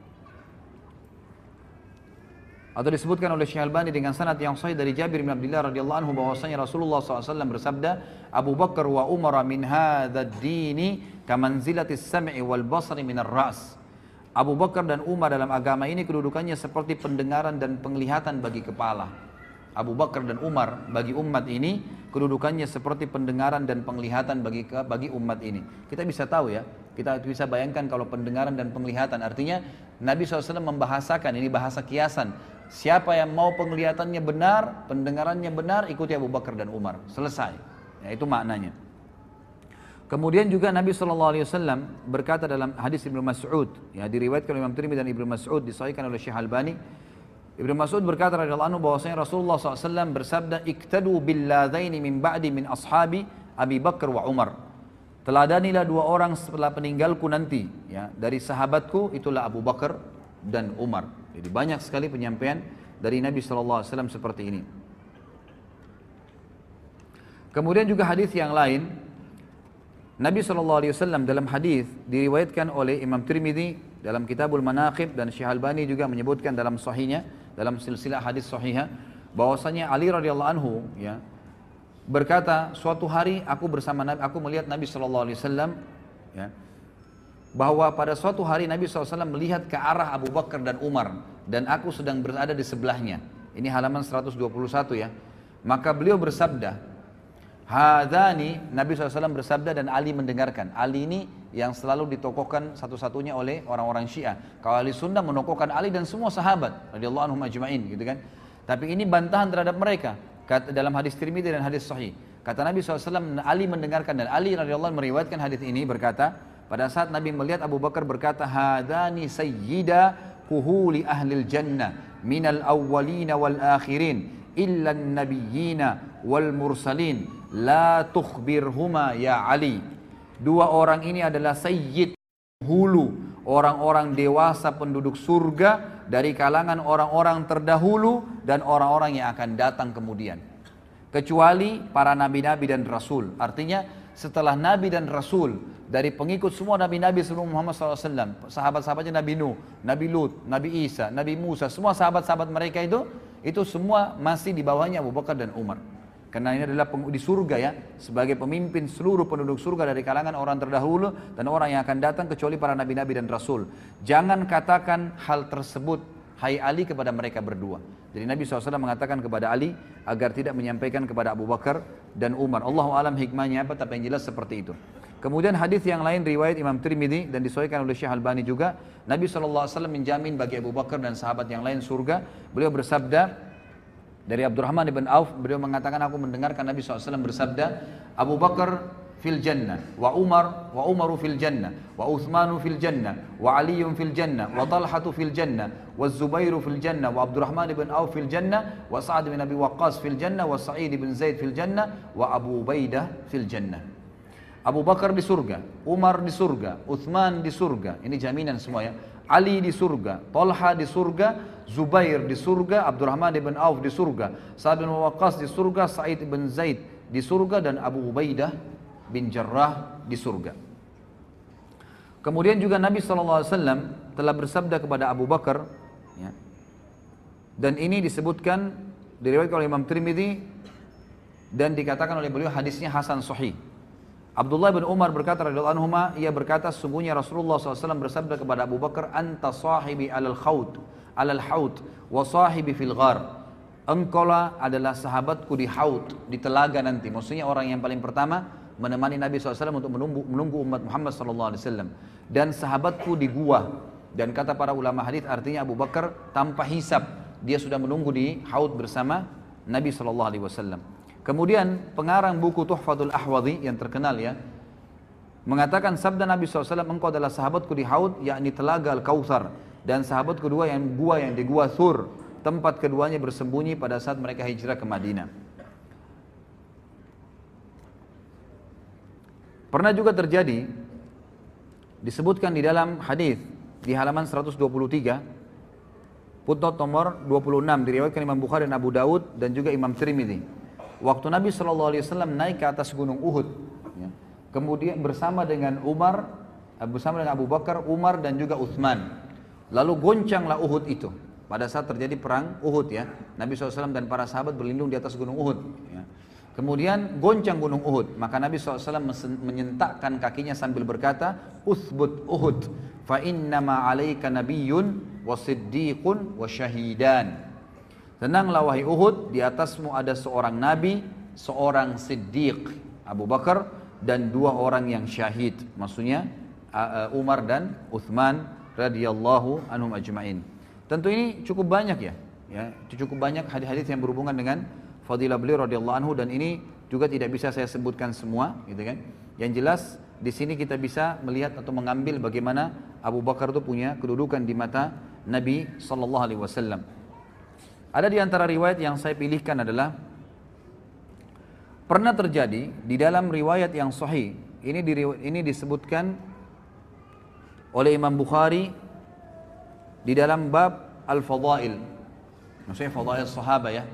atau disebutkan oleh Syekh Albani dengan sanad yang sahih dari Jabir bin Abdullah radhiyallahu anhu bahwasanya Rasulullah shallallahu alaihi wasallam bersabda, Abu Bakar wa Umar min hadzal dini kamanzilatis sam'i wal basari minar ra's. Abu Bakar dan Umar dalam agama ini kedudukannya seperti pendengaran dan penglihatan bagi kepala. Abu Bakar dan Umar bagi umat ini kedudukannya seperti pendengaran dan penglihatan bagi bagi umat ini. Kita bisa tahu ya, kita bisa bayangkan kalau pendengaran dan penglihatan, artinya Nabi shallallahu alaihi wasallam membahasakan, ini bahasa kiasan. Siapa yang mau penglihatannya benar, pendengarannya benar, ikuti Abu Bakar dan Umar. Selesai. Ya, itu maknanya. Kemudian juga Nabi shallallahu alaihi wasallam berkata dalam hadis Ibnu Mas'ud, ya, diriwayatkan oleh Imam Tirmidzi dan Ibnu Mas'ud, disahihkan oleh Syekh Albani. Ibnu Mas'ud berkata radhiyallahu anhu bahwasanya Rasulullah shallallahu alaihi wasallam bersabda, iktadu billadzaini min ba'di min ashabi Abi Bakar wa Umar. Teladanilah dua orang setelah peninggalku nanti, ya, dari sahabatku, itulah Abu Bakar dan Umar. Jadi banyak sekali penyampaian dari Nabi shallallahu alaihi wasallam seperti ini. Kemudian juga hadis yang lain, Nabi shallallahu alaihi wasallam dalam hadis diriwayatkan oleh Imam Tirmidzi dalam Kitabul Manaqib dan Syekh Albani juga menyebutkan dalam sahihnya, dalam silsilah hadis sahihah, bahwasanya Ali radhiyallahu anhu, ya, berkata, suatu hari aku bersama Nabi, aku melihat Nabi shallallahu alaihi wasallam, ya, bahwa pada suatu hari Nabi shallallahu alaihi wasallam melihat ke arah Abu Bakar dan Umar dan aku sedang berada di sebelahnya. Ini halaman seratus dua puluh satu, ya. Maka beliau bersabda, Hadani, Nabi shallallahu alaihi wasallam bersabda dan Ali mendengarkan. Ali ini yang selalu ditokohkan satu-satunya oleh orang-orang Syiah. Kalau ahli sunnah menokohkan Ali dan semua sahabat radhiyallahu anhum ajma'in, gitu kan. Tapi ini bantahan terhadap mereka. Kata, dalam hadis Tirmidzi dan hadis Sahih, kata Nabi shallallahu alaihi wasallam, Ali mendengarkan, dan Ali radhiyallahu anhu meriwayatkan hadis ini berkata, pada saat Nabi melihat Abu Bakar berkata, Hadani sayyida kuhuli ahlil jannah minal awwalina wal akhirin illa nabiyyina wal mursalin la tukhbirhuma ya Ali. Dua orang ini adalah sayyid, hulu, orang-orang dewasa penduduk surga dari kalangan orang-orang terdahulu dan orang-orang yang akan datang kemudian, kecuali para nabi-nabi dan rasul. Artinya setelah nabi dan rasul, dari pengikut semua nabi-nabi sebelum Muhammad shallallahu alaihi wasallam, sahabat-sahabatnya Nabi Nuh, Nabi Lut, Nabi Isa, Nabi Musa, semua sahabat-sahabat mereka itu, itu semua masih di bawahnya Abu Bakar dan Umar. Karena ini adalah di surga, ya, sebagai pemimpin seluruh penduduk surga dari kalangan orang terdahulu dan orang yang akan datang, kecuali para nabi-nabi dan rasul. Jangan katakan hal tersebut, hai Ali, kepada mereka berdua. Jadi Nabi shallallahu alaihi wasallam mengatakan kepada Ali agar tidak menyampaikan kepada Abu Bakar dan Umar. Allahu alam hikmahnya apa, tapi yang jelas seperti itu. Kemudian hadis yang lain riwayat Imam Tirmidzi dan disahihkan oleh Syekh Albani juga, Nabi shallallahu alaihi wasallam menjamin bagi Abu Bakar dan sahabat yang lain surga. Beliau bersabda dari Abdurrahman ibn Auf, beliau mengatakan, aku mendengarkan Nabi shallallahu alaihi wasallam bersabda, Abu Bakar fil jannah, wa Umar wa Umaru fil jannah, wa Uthmanu fil jannah, wa Aliyun fil jannah, wa Talhatu fil jannah, wa Zubairu fil jannah, wa Abdurrahman ibn Auf fil jannah, wa Sa'ad bin Abi Waqqas fil jannah, wa Sa'id bin Zaid fil jannah, wa Abu Ubaidah fil jannah. Abu Bakar di surga, Umar di surga, Uthman di surga, ini jaminan semua, ya. Ali di surga, Talha di surga, Zubair di surga, Abdurrahman ibn Auf di surga, Sa'ad bin Waqqas di surga, Sa'id bin Zaid di surga, dan Abu Ubaidah bin Jarrah di surga. Kemudian juga Nabi shallallahu alaihi wasallam telah bersabda kepada Abu Bakar, ya, dan ini disebutkan diriwayatkan oleh Imam Tirmidzi dan dikatakan oleh beliau hadisnya hasan sahih. Abdullah bin Umar berkata radhiyallahu anhuma, ia berkata, sungguhnya Rasulullah shallallahu alaihi wasallam bersabda kepada Abu Bakar, anta sahibi alal khawt alal haut wa sahibi fil ghar. Engkaulah adalah sahabatku di haut, di telaga nanti. Maksudnya orang yang paling pertama menemani Nabi shallallahu alaihi wasallam untuk menunggu, menunggu umat Muhammad shallallahu alaihi wasallam. Dan sahabatku di gua. Dan kata para ulama hadis, artinya Abu Bakar tanpa hisab, dia sudah menunggu di haut bersama Nabi shallallahu alaihi wasallam. Kemudian pengarang buku Tuhfatul Ahwadhi yang terkenal ya, mengatakan sabda Nabi shallallahu alaihi wasallam, engkau adalah sahabatku di Haud, yakni telaga Al-Kautsar, dan sahabat kedua yang gua yang di gua Thur, tempat keduanya bersembunyi pada saat mereka hijrah ke Madinah. Pernah juga terjadi, disebutkan di dalam hadis di halaman seratus dua puluh tiga, footnote nomor dua puluh enam, diriwayatkan Imam Bukhari dan Abu Daud dan juga Imam Tirmidzi. Waktu Nabi shallallahu alaihi wasallam naik ke atas gunung Uhud, ya, kemudian bersama dengan Umar, bersama dengan Abu Bakar, Umar dan juga Uthman. Lalu goncanglah Uhud itu. Pada saat terjadi perang Uhud ya, Nabi shallallahu alaihi wasallam dan para sahabat berlindung di atas gunung Uhud. Ya. Kemudian goncang gunung Uhud, maka Nabi shallallahu alaihi wasallam menyentakkan kakinya sambil berkata, Uthbut Uhud, fa innama alaika nabiyyun wa siddiqun wa syahidan. Tenanglah wahai Uhud, di atasmu ada seorang nabi, seorang siddiq, Abu Bakar, dan dua orang yang syahid. Maksudnya Umar dan Uthman radhiyallahu anhum ajma'in. Tentu ini cukup banyak ya, ya cukup banyak hadis-hadis yang berhubungan dengan fadilah beliau radhiyallahu anhu, dan ini juga tidak bisa saya sebutkan semua, gitu kan. Yang jelas di sini kita bisa melihat atau mengambil bagaimana Abu Bakar itu punya kedudukan di mata Nabi sallallahu alaihi wasallam. Ada di antara riwayat yang saya pilihkan adalah pernah terjadi di dalam riwayat yang sahih. Ini di, ini disebutkan oleh Imam Bukhari di dalam bab Al-Fadail. Maksudnya Fadail Sahabah ya.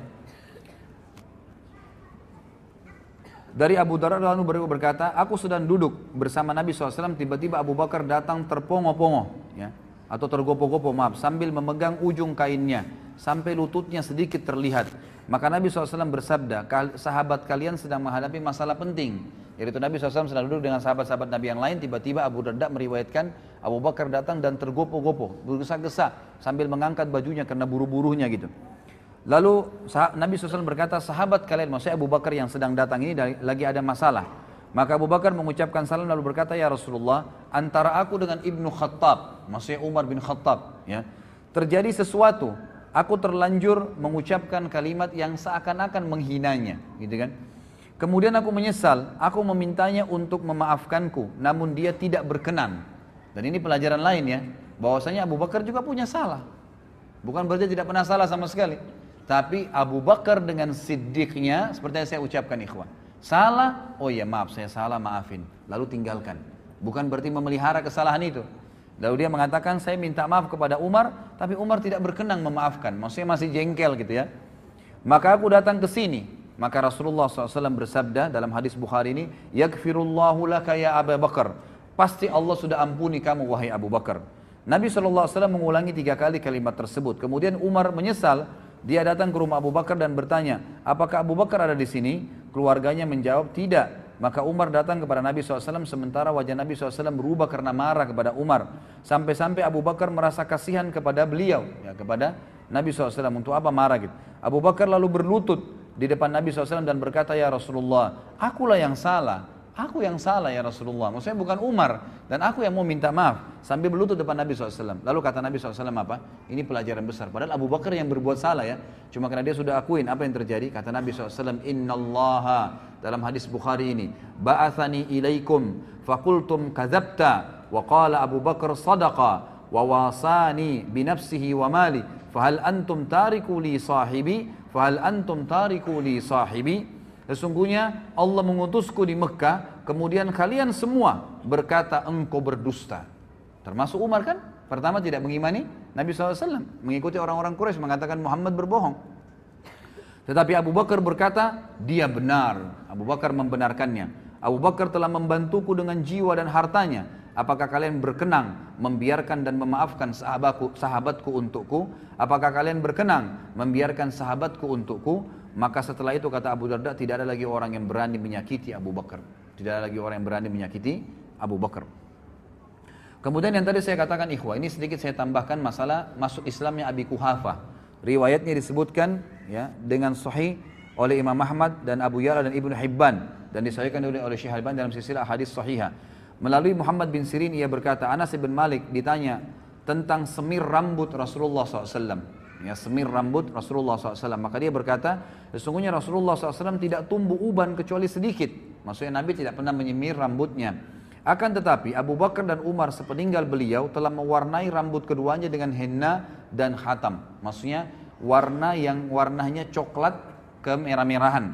Dari Abu Darda radhiyallahu anhu berkata, aku sedang duduk bersama Nabi shallallahu alaihi wasallam, tiba-tiba Abu Bakar datang terpongo-pongo, ya, atau tergopo-gopo, maaf, sambil memegang ujung kainnya, sampai lututnya sedikit terlihat. Maka Nabi shallallahu alaihi wasallam bersabda, sahabat kalian sedang menghadapi masalah penting. Yaitu Nabi shallallahu alaihi wasallam sedang duduk dengan sahabat-sahabat Nabi yang lain, tiba-tiba Abu Darda meriwayatkan, Abu Bakar datang dan tergopo-gopo, bergesa-gesa, sambil mengangkat bajunya karena buru-burunya gitu. Lalu Nabi shallallahu alaihi wasallam berkata, sahabat kalian, maksudnya Abu Bakar yang sedang datang ini lagi ada masalah. Maka Abu Bakar mengucapkan salam lalu berkata, ya Rasulullah, antara aku dengan Ibnu Khattab, maksudnya Umar bin Khattab, ya, terjadi sesuatu. Aku terlanjur mengucapkan kalimat yang seakan-akan menghinanya, gitu kan. Kemudian aku menyesal, aku memintanya untuk memaafkanku, namun dia tidak berkenan. Dan ini pelajaran lain ya, bahwasanya Abu Bakar juga punya salah. Bukan berarti tidak pernah salah sama sekali. Tapi Abu Bakar dengan siddiqnya, seperti yang saya ucapkan ikhwan, salah, oh iya maaf saya salah, maafin, lalu tinggalkan. Bukan berarti memelihara kesalahan itu. Lalu dia mengatakan, saya minta maaf kepada Umar, tapi Umar tidak berkenan memaafkan, maksudnya masih jengkel gitu ya. Maka aku datang ke sini, maka Rasulullah shallallahu alaihi wasallam bersabda dalam hadis Bukhari ini, yaghfirullahu laka ya Abu Bakar, pasti Allah sudah ampuni kamu wahai Abu Bakar. Nabi shallallahu alaihi wasallam mengulangi tiga kali kalimat tersebut. Kemudian Umar menyesal, dia datang ke rumah Abu Bakar dan bertanya, apakah Abu Bakar ada di sini? Keluarganya menjawab, tidak. Maka Umar datang kepada Nabi shallallahu alaihi wasallam, sementara wajah Nabi shallallahu alaihi wasallam berubah karena marah kepada Umar. Sampai-sampai Abu Bakar merasa kasihan kepada beliau, ya, kepada Nabi shallallahu alaihi wasallam, untuk apa marah gitu. Abu Bakar lalu berlutut di depan Nabi shallallahu alaihi wasallam dan berkata, ya Rasulullah, akulah yang salah. Aku yang salah ya Rasulullah, maksudnya bukan Umar, dan aku yang mau minta maaf, sambil berlutut depan Nabi shallallahu alaihi wasallam. Lalu kata Nabi shallallahu alaihi wasallam apa? Ini pelajaran besar, padahal Abu Bakar yang berbuat salah ya, cuma karena dia sudah akuin apa yang terjadi. Kata Nabi shallallahu alaihi wasallam, innallaha, dalam hadis Bukhari ini, ba'athani ilaikum faqultum kadzabta wa qala Abu Bakar sadaqa wa wasani binafsihi wa mali fahal antum tariku li sahibi fahal antum tariku li sahibi. Sesungguhnya Allah mengutusku di Mekah, kemudian kalian semua berkata engkau berdusta. Termasuk Umar kan, pertama tidak mengimani Nabi shallallahu alaihi wasallam, mengikuti orang-orang Quraisy mengatakan Muhammad berbohong. Tetapi Abu Bakar berkata, dia benar. Abu Bakar membenarkannya. Abu Bakar telah membantuku dengan jiwa dan hartanya. Apakah kalian berkenan membiarkan dan memaafkan sahabatku, sahabatku untukku? Apakah kalian berkenan membiarkan sahabatku untukku? Maka setelah itu kata Abu Darda, tidak ada lagi orang yang berani menyakiti Abu Bakar. Tidak ada lagi orang yang berani menyakiti Abu Bakar. Kemudian yang tadi saya katakan ikhwah, ini sedikit saya tambahkan masalah masuk Islamnya Abi Quhafah. Riwayatnya disebutkan ya dengan sahih oleh Imam Ahmad dan Abu Ya'la dan Ibnu Hibban, dan disahihkan oleh oleh Syekh Al-Albani dalam silsilah hadis sahihah. Melalui Muhammad bin Sirin ia berkata, Anas bin Malik ditanya tentang semir rambut Rasulullah shallallahu alaihi wasallam. ya, semir rambut Rasulullah shallallahu alaihi wasallam. Maka dia berkata, sesungguhnya Rasulullah shallallahu alaihi wasallam tidak tumbuh uban kecuali sedikit. Maksudnya Nabi tidak pernah menyemir rambutnya. Akan tetapi Abu Bakar dan Umar sepeninggal beliau telah mewarnai rambut keduanya dengan henna dan khatam. Maksudnya warna yang warnanya coklat kemerah-merahan.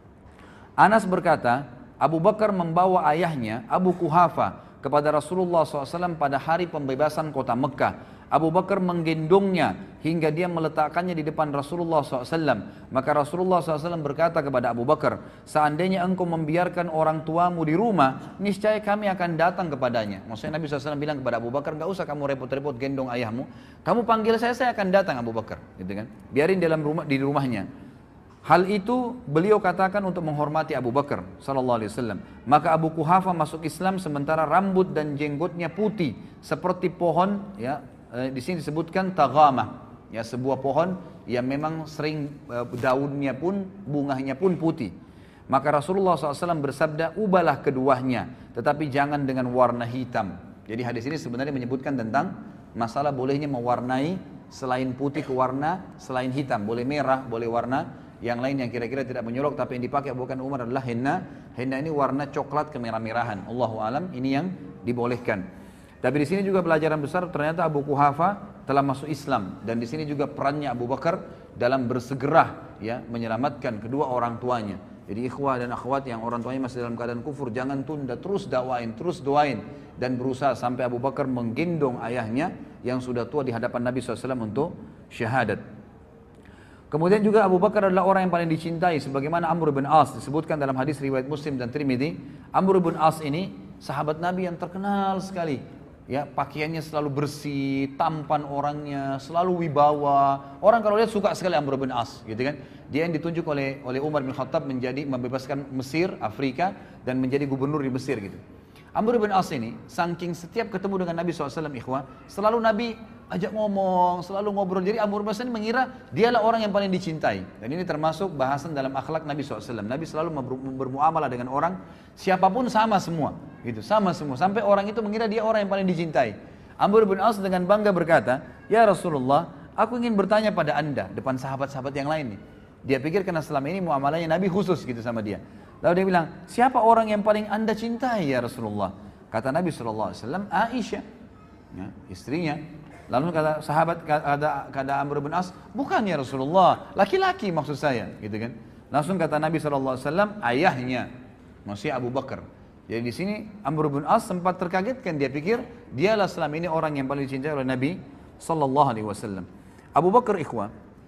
Anas berkata, Abu Bakar membawa ayahnya Abu Kuhafa kepada Rasulullah shallallahu alaihi wasallam pada hari pembebasan kota Mekah. Abu Bakar menggendongnya hingga dia meletakkannya di depan Rasulullah shallallahu alaihi wasallam. Maka Rasulullah shallallahu alaihi wasallam berkata kepada Abu Bakar, seandainya engkau membiarkan orang tuamu di rumah, niscaya kami akan datang kepadanya. Maksudnya Nabi shallallahu alaihi wasallam bilang kepada Abu Bakar, gak usah kamu repot-repot gendong ayahmu, kamu panggil saya, saya akan datang Abu Bakar, gitu kan? Biarin dalam rumah, di rumahnya. Hal itu beliau katakan untuk menghormati Abu Bakar sallallahu alaihi wasallam. Maka Abu Kuhafa masuk Islam sementara rambut dan jenggotnya putih seperti pohon, ya, eh, di sini disebutkan taghamah, ya, sebuah pohon yang memang sering eh, daunnya pun bunganya pun putih. Maka Rasulullah shallallahu alaihi wasallam bersabda, ubahlah keduanya, tetapi jangan dengan warna hitam. Jadi hadis ini sebenarnya menyebutkan tentang masalah bolehnya mewarnai selain putih ke warna selain hitam, boleh merah, boleh warna yang lain yang kira-kira tidak menyolok, tapi yang dipakai Abu Bakar Umar adalah henna. Henna ini warna coklat kemerah-merahan. Allahu alam, ini yang dibolehkan. Tapi di sini juga pelajaran besar, ternyata Abu Kuhafa telah masuk Islam, dan di sini juga perannya Abu Bakar dalam bersegera, ya, menyelamatkan kedua orang tuanya. Jadi ikhwah dan akhwat yang orang tuanya masih dalam keadaan kufur, jangan tunda, terus dakwain, terus doain, dan berusaha sampai Abu Bakar menggendong ayahnya yang sudah tua di hadapan Nabi shallallahu alaihi wasallam untuk syahadat. Kemudian juga Abu Bakar adalah orang yang paling dicintai, sebagaimana Amr bin As disebutkan dalam hadis riwayat Muslim dan Tirmidzi. Amr bin As ini sahabat Nabi yang terkenal sekali, ya, pakaiannya selalu bersih, tampan orangnya, selalu wibawa. Orang kalau lihat suka sekali Amr bin As, gitu kan? Dia yang ditunjuk oleh oleh Umar bin Khattab menjadi membebaskan Mesir, Afrika, dan menjadi gubernur di Mesir, gitu. Amr bin As ini, saking setiap ketemu dengan Nabi shallallahu alaihi wasallam, ikhwah, selalu Nabi ajak ngomong, selalu ngobrol. Jadi Amr bin As ini mengira dialah orang yang paling dicintai. Dan ini termasuk bahasan dalam akhlak Nabi shallallahu alaihi wasallam. Nabi selalu bermuamalah dengan orang, siapapun sama semua, gitu, sama semua. Sampai orang itu mengira dia orang yang paling dicintai. Amr bin As dengan bangga berkata, ya Rasulullah, aku ingin bertanya pada anda, depan sahabat-sahabat yang lain nih. Dia pikir karena selama ini muamalahnya Nabi khusus gitu sama dia. Lalu dia bilang, siapa orang yang paling anda cintai ya Rasulullah? Kata Nabi shallallahu alaihi wasallam, Aisyah, ya, istrinya. Lalu kata sahabat, kata, kata Amr bin As, bukan ya Rasulullah, laki-laki maksud saya, gitu kan? Langsung kata Nabi shallallahu alaihi wasallam, ayahnya, maksudnya Abu Bakar. Jadi di sini Amr bin As sempat terkagetkan, dia pikir dialah selama ini orang yang paling dicintai oleh Nabi shallallahu alaihi wasallam. Abu Bakar, ikhwah,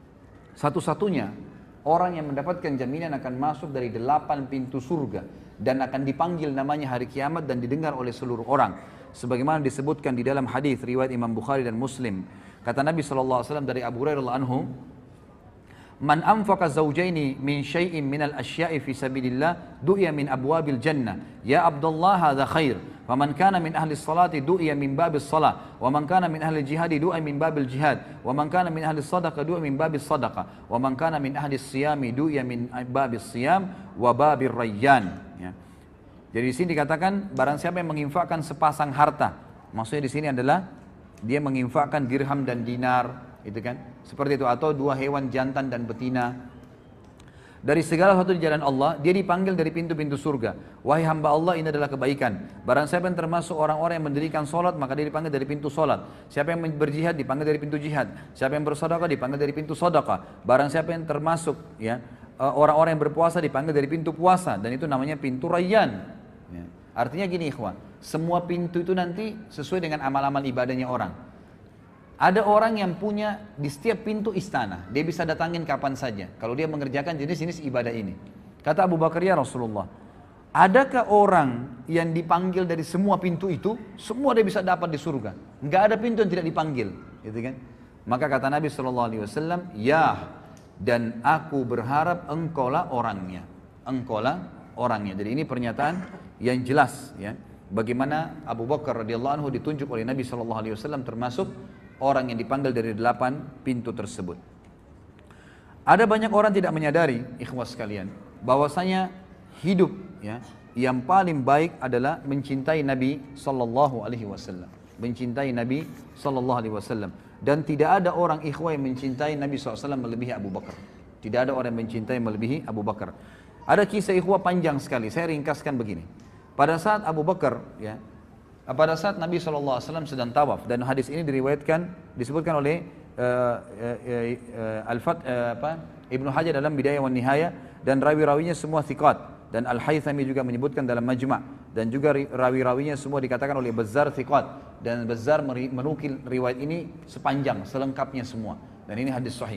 satu-satunya orang yang mendapatkan jaminan akan masuk dari delapan pintu surga dan akan dipanggil namanya hari kiamat dan didengar oleh seluruh orang. Sebagaimana disebutkan di dalam hadis riwayat Imam Bukhari dan Muslim. Kata Nabi shallallahu alaihi wasallam dari Abu Hurairah radhiyallahu anhu, "Man anfaqa zawjaini min syai'in minal asya'i fi sabilillah du'iya min abwabil jannah. Ya Abdullah hadza khair. Faman kana min ahli salati du'iya min babis salah, wa man kana min ahli jihadi du'iya min babil jihad, wa man kana min ahli sadaqah du'iya min babis sadaqah, wa man kana min ahli siyami du'iya min babis siyam wa babir rayyan." Ya. Jadi di sini dikatakan barang siapa yang menginfakkan sepasang harta, maksudnya di sini adalah dia menginfakkan dirham dan dinar, itu kan, seperti itu, atau dua hewan jantan dan betina, dari segala sesuatu di jalan Allah, dia dipanggil dari pintu-pintu surga. Wahai hamba Allah, ini adalah kebaikan. Barang siapa yang termasuk orang-orang yang mendirikan solat, maka dia dipanggil dari pintu solat. Siapa yang berjihad, dipanggil dari pintu jihad. Siapa yang bersedekah, dipanggil dari pintu sedekah. Barang siapa yang termasuk, ya, orang-orang yang berpuasa, dipanggil dari pintu puasa, dan itu namanya pintu rayyan. Ya. Artinya gini, ikhwan, semua pintu itu nanti sesuai dengan amal-amal ibadahnya orang. Ada orang yang punya di setiap pintu istana, dia bisa datangin kapan saja kalau dia mengerjakan jenis-jenis ibadah ini. Kata Abu Bakar, ya Rasulullah, adakah orang yang dipanggil dari semua pintu itu, semua dia bisa dapat di surga? Enggak ada pintu yang tidak dipanggil, gitu kan? Maka kata Nabi shallallahu alaihi wasallam, ya, dan aku berharap engkaulah orangnya, engkaulah orangnya. Jadi ini pernyataan yang jelas, ya, bagaimana Abu Bakar radhiyallahu anhu ditunjuk oleh Nabi shallallahu alaihi wasallam termasuk orang yang dipanggil dari delapan pintu tersebut. Ada banyak orang tidak menyadari, ikhwas sekalian, bahwasanya hidup, ya, yang paling baik adalah mencintai Nabi sallallahu alaihi wasallam. Mencintai Nabi sallallahu alaihi wasallam. Dan tidak ada orang ikhwah yang mencintai Nabi shallallahu alaihi wasallam melebihi Abu Bakar. Tidak ada orang yang mencintai melebihi Abu Bakar. Ada kisah ikhwah panjang sekali, saya ringkaskan begini. Pada saat Abu Bakar, ya, pada saat Nabi shallallahu alaihi wasallam sedang tawaf, dan hadis ini diriwayatkan, disebutkan oleh uh, uh, uh, uh, Al-Fat, uh, apa, Ibnu Hajar dalam Bidayah wan Nihayah, dan rawi-rawinya semua thiqat. Dan Al-Haythami juga menyebutkan dalam Majma', dan juga rawi-rawinya semua dikatakan oleh Bazzar thiqat, dan Bazzar menukil riwayat ini sepanjang, selengkapnya semua, dan ini hadis sahih.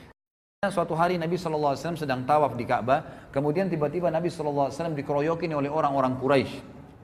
Suatu hari Nabi shallallahu alaihi wasallam sedang tawaf di Ka'bah, kemudian tiba-tiba Nabi shallallahu alaihi wasallam dikeroyokin oleh orang-orang Quraisy.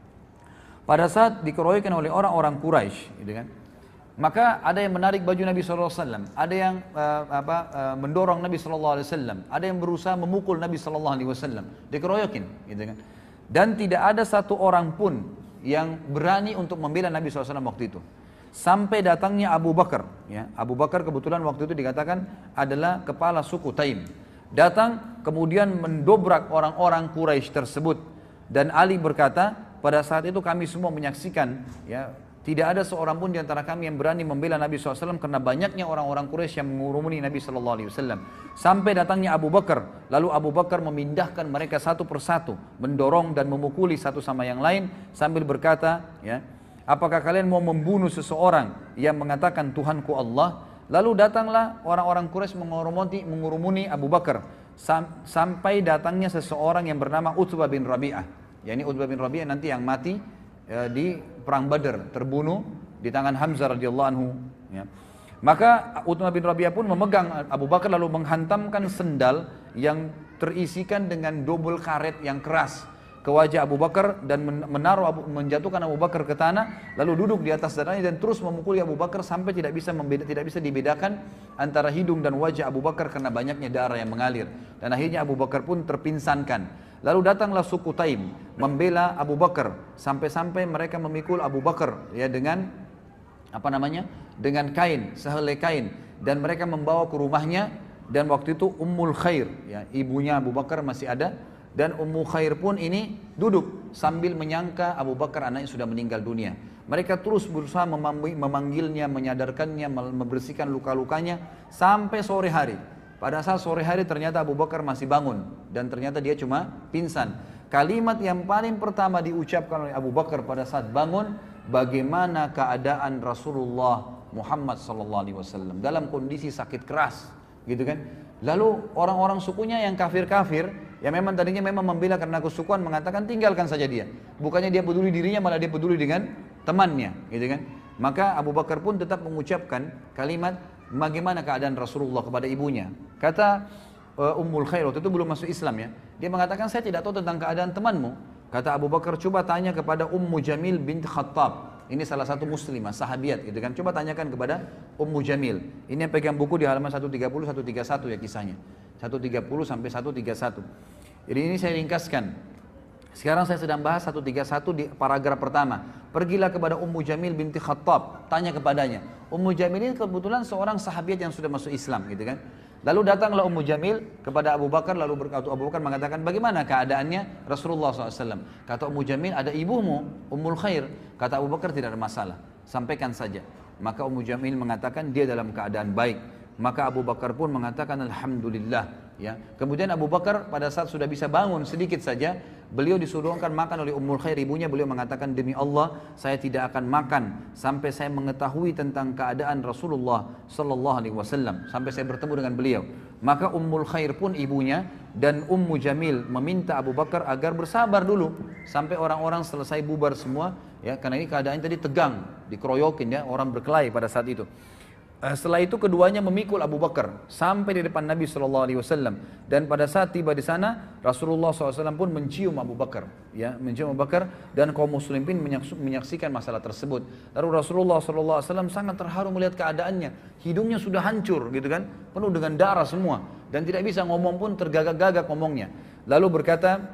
Pada saat dikeroyokin oleh orang-orang Quraisy, gitu kan, maka ada yang menarik baju Nabi shallallahu alaihi wasallam, ada yang uh, apa, uh, mendorong Nabi shallallahu alaihi wasallam, ada yang berusaha memukul Nabi shallallahu alaihi wasallam, dikeroyokin, gitu kan. Dan tidak ada satu orang pun yang berani untuk membela Nabi shallallahu alaihi wasallam waktu itu. Sampai datangnya Abu Bakar, ya. Abu Bakar kebetulan waktu itu dikatakan adalah kepala suku Taim. Datang kemudian mendobrak orang-orang Quraisy tersebut, dan Ali berkata, pada saat itu kami semua menyaksikan, ya, tidak ada seorang pun di antara kami yang berani membela Nabi shallallahu alaihi wasallam karena banyaknya orang-orang Quraisy yang mengurumuni Nabi shallallahu alaihi wasallam. Sampai datangnya Abu Bakar, lalu Abu Bakar memindahkan mereka satu persatu, mendorong dan memukuli satu sama yang lain sambil berkata, ya, apakah kalian mau membunuh seseorang yang mengatakan Tuhanku Allah? Lalu datanglah orang-orang Quraisy mengurumuni, mengurumuni Abu Bakar sam, sampai datangnya seseorang yang bernama Utbah bin Rabi'ah. Ya, ini Utbah bin Rabi'ah nanti yang mati ya, di perang Badar, terbunuh di tangan Hamzah radhiyallahu anhu. Ya. Maka Utbah bin Rabi'ah pun memegang Abu Bakar lalu menghantamkan sendal yang terisikan dengan dobel karet yang keras ke wajah Abu Bakar dan menaruh Abu, menjatuhkan Abu Bakar ke tanah, lalu duduk di atas dadanya dan terus memukuli Abu Bakar sampai tidak bisa membeda, tidak bisa dibedakan antara hidung dan wajah Abu Bakar karena banyaknya darah yang mengalir, dan akhirnya Abu Bakar pun terpinsankan. Lalu datanglah suku Taim membela Abu Bakar sampai-sampai mereka memikul Abu Bakar, ya, dengan apa namanya, dengan kain, sehelai kain, dan mereka membawa ke rumahnya. Dan waktu itu Ummul Khair, ya, ibunya Abu Bakar masih ada. Dan Ummu Khair pun ini duduk sambil menyangka Abu Bakar anaknya sudah meninggal dunia. Mereka terus berusaha memanggilnya, menyadarkannya, membersihkan luka-lukanya sampai sore hari. Pada saat sore hari ternyata Abu Bakar masih bangun dan ternyata dia cuma pingsan. Kalimat yang paling pertama diucapkan oleh Abu Bakar pada saat bangun, bagaimana keadaan Rasulullah Muhammad sallallahu alaihi wasallam dalam kondisi sakit keras, gitu kan? Lalu orang-orang sukunya yang kafir-kafir, yang memang tadinya memang membela karena kesukuan, mengatakan tinggalkan saja dia. Bukannya dia peduli dirinya, malah dia peduli dengan temannya, gitu kan? Maka Abu Bakar pun tetap mengucapkan kalimat bagaimana keadaan Rasulullah kepada ibunya. Kata uh, Ummul Khair, waktu itu belum masuk Islam, ya. Dia mengatakan, saya tidak tahu tentang keadaan temanmu. Kata Abu Bakar, coba tanya kepada Ummu Jamil bint Khattab. Ini salah satu muslimah, sahabiat, gitu kan. Coba tanyakan kepada Ummu Jamil. Ini yang pegang buku di halaman seratus tiga puluh sampai seratus tiga puluh satu ya kisahnya. seratus tiga puluh sampai seratus tiga puluh satu. Jadi ini saya ringkaskan. Sekarang saya sedang bahas seratus tiga puluh satu di paragraf pertama. Pergilah kepada Ummu Jamil binti Khattab, tanya kepadanya. Ummu Jamil ini kebetulan seorang sahabiat yang sudah masuk Islam, gitu kan. Lalu datanglah Ummu Jamil kepada Abu Bakar, lalu berkata, Abu Bakar mengatakan, bagaimana keadaannya Rasulullah shallallahu alaihi wasallam? Kata Ummu Jamil, ada ibumu, Ummul Khair. Kata Abu Bakar, tidak ada masalah, sampaikan saja. Maka Ummu Jamil mengatakan dia dalam keadaan baik. Maka Abu Bakar pun mengatakan alhamdulillah, ya. Kemudian Abu Bakar pada saat sudah bisa bangun sedikit saja, beliau disuruhkan makan oleh Ummul Khair, ibunya. Beliau mengatakan, demi Allah saya tidak akan makan sampai saya mengetahui tentang keadaan Rasulullah sallallahu alaihi wasallam, sampai saya bertemu dengan beliau. Maka Ummul Khair pun ibunya dan Ummu Jamil meminta Abu Bakar agar bersabar dulu sampai orang-orang selesai bubar semua, ya, karena ini keadaannya tadi tegang, dikeroyokin, ya, orang berkelahi pada saat itu. Setelah itu keduanya memikul Abu Bakar sampai di depan Nabi shallallahu alaihi wasallam, dan pada saat tiba di sana Rasulullah shallallahu alaihi wasallam pun mencium Abu Bakar, ya, mencium Abu Bakar, dan kaum muslimin menyaksikan masalah tersebut. Lalu Rasulullah shallallahu alaihi wasallam sangat terharu melihat keadaannya, hidungnya sudah hancur, gitu kan, penuh dengan darah semua, dan tidak bisa ngomong pun, tergagak-gagak ngomongnya. Lalu berkata,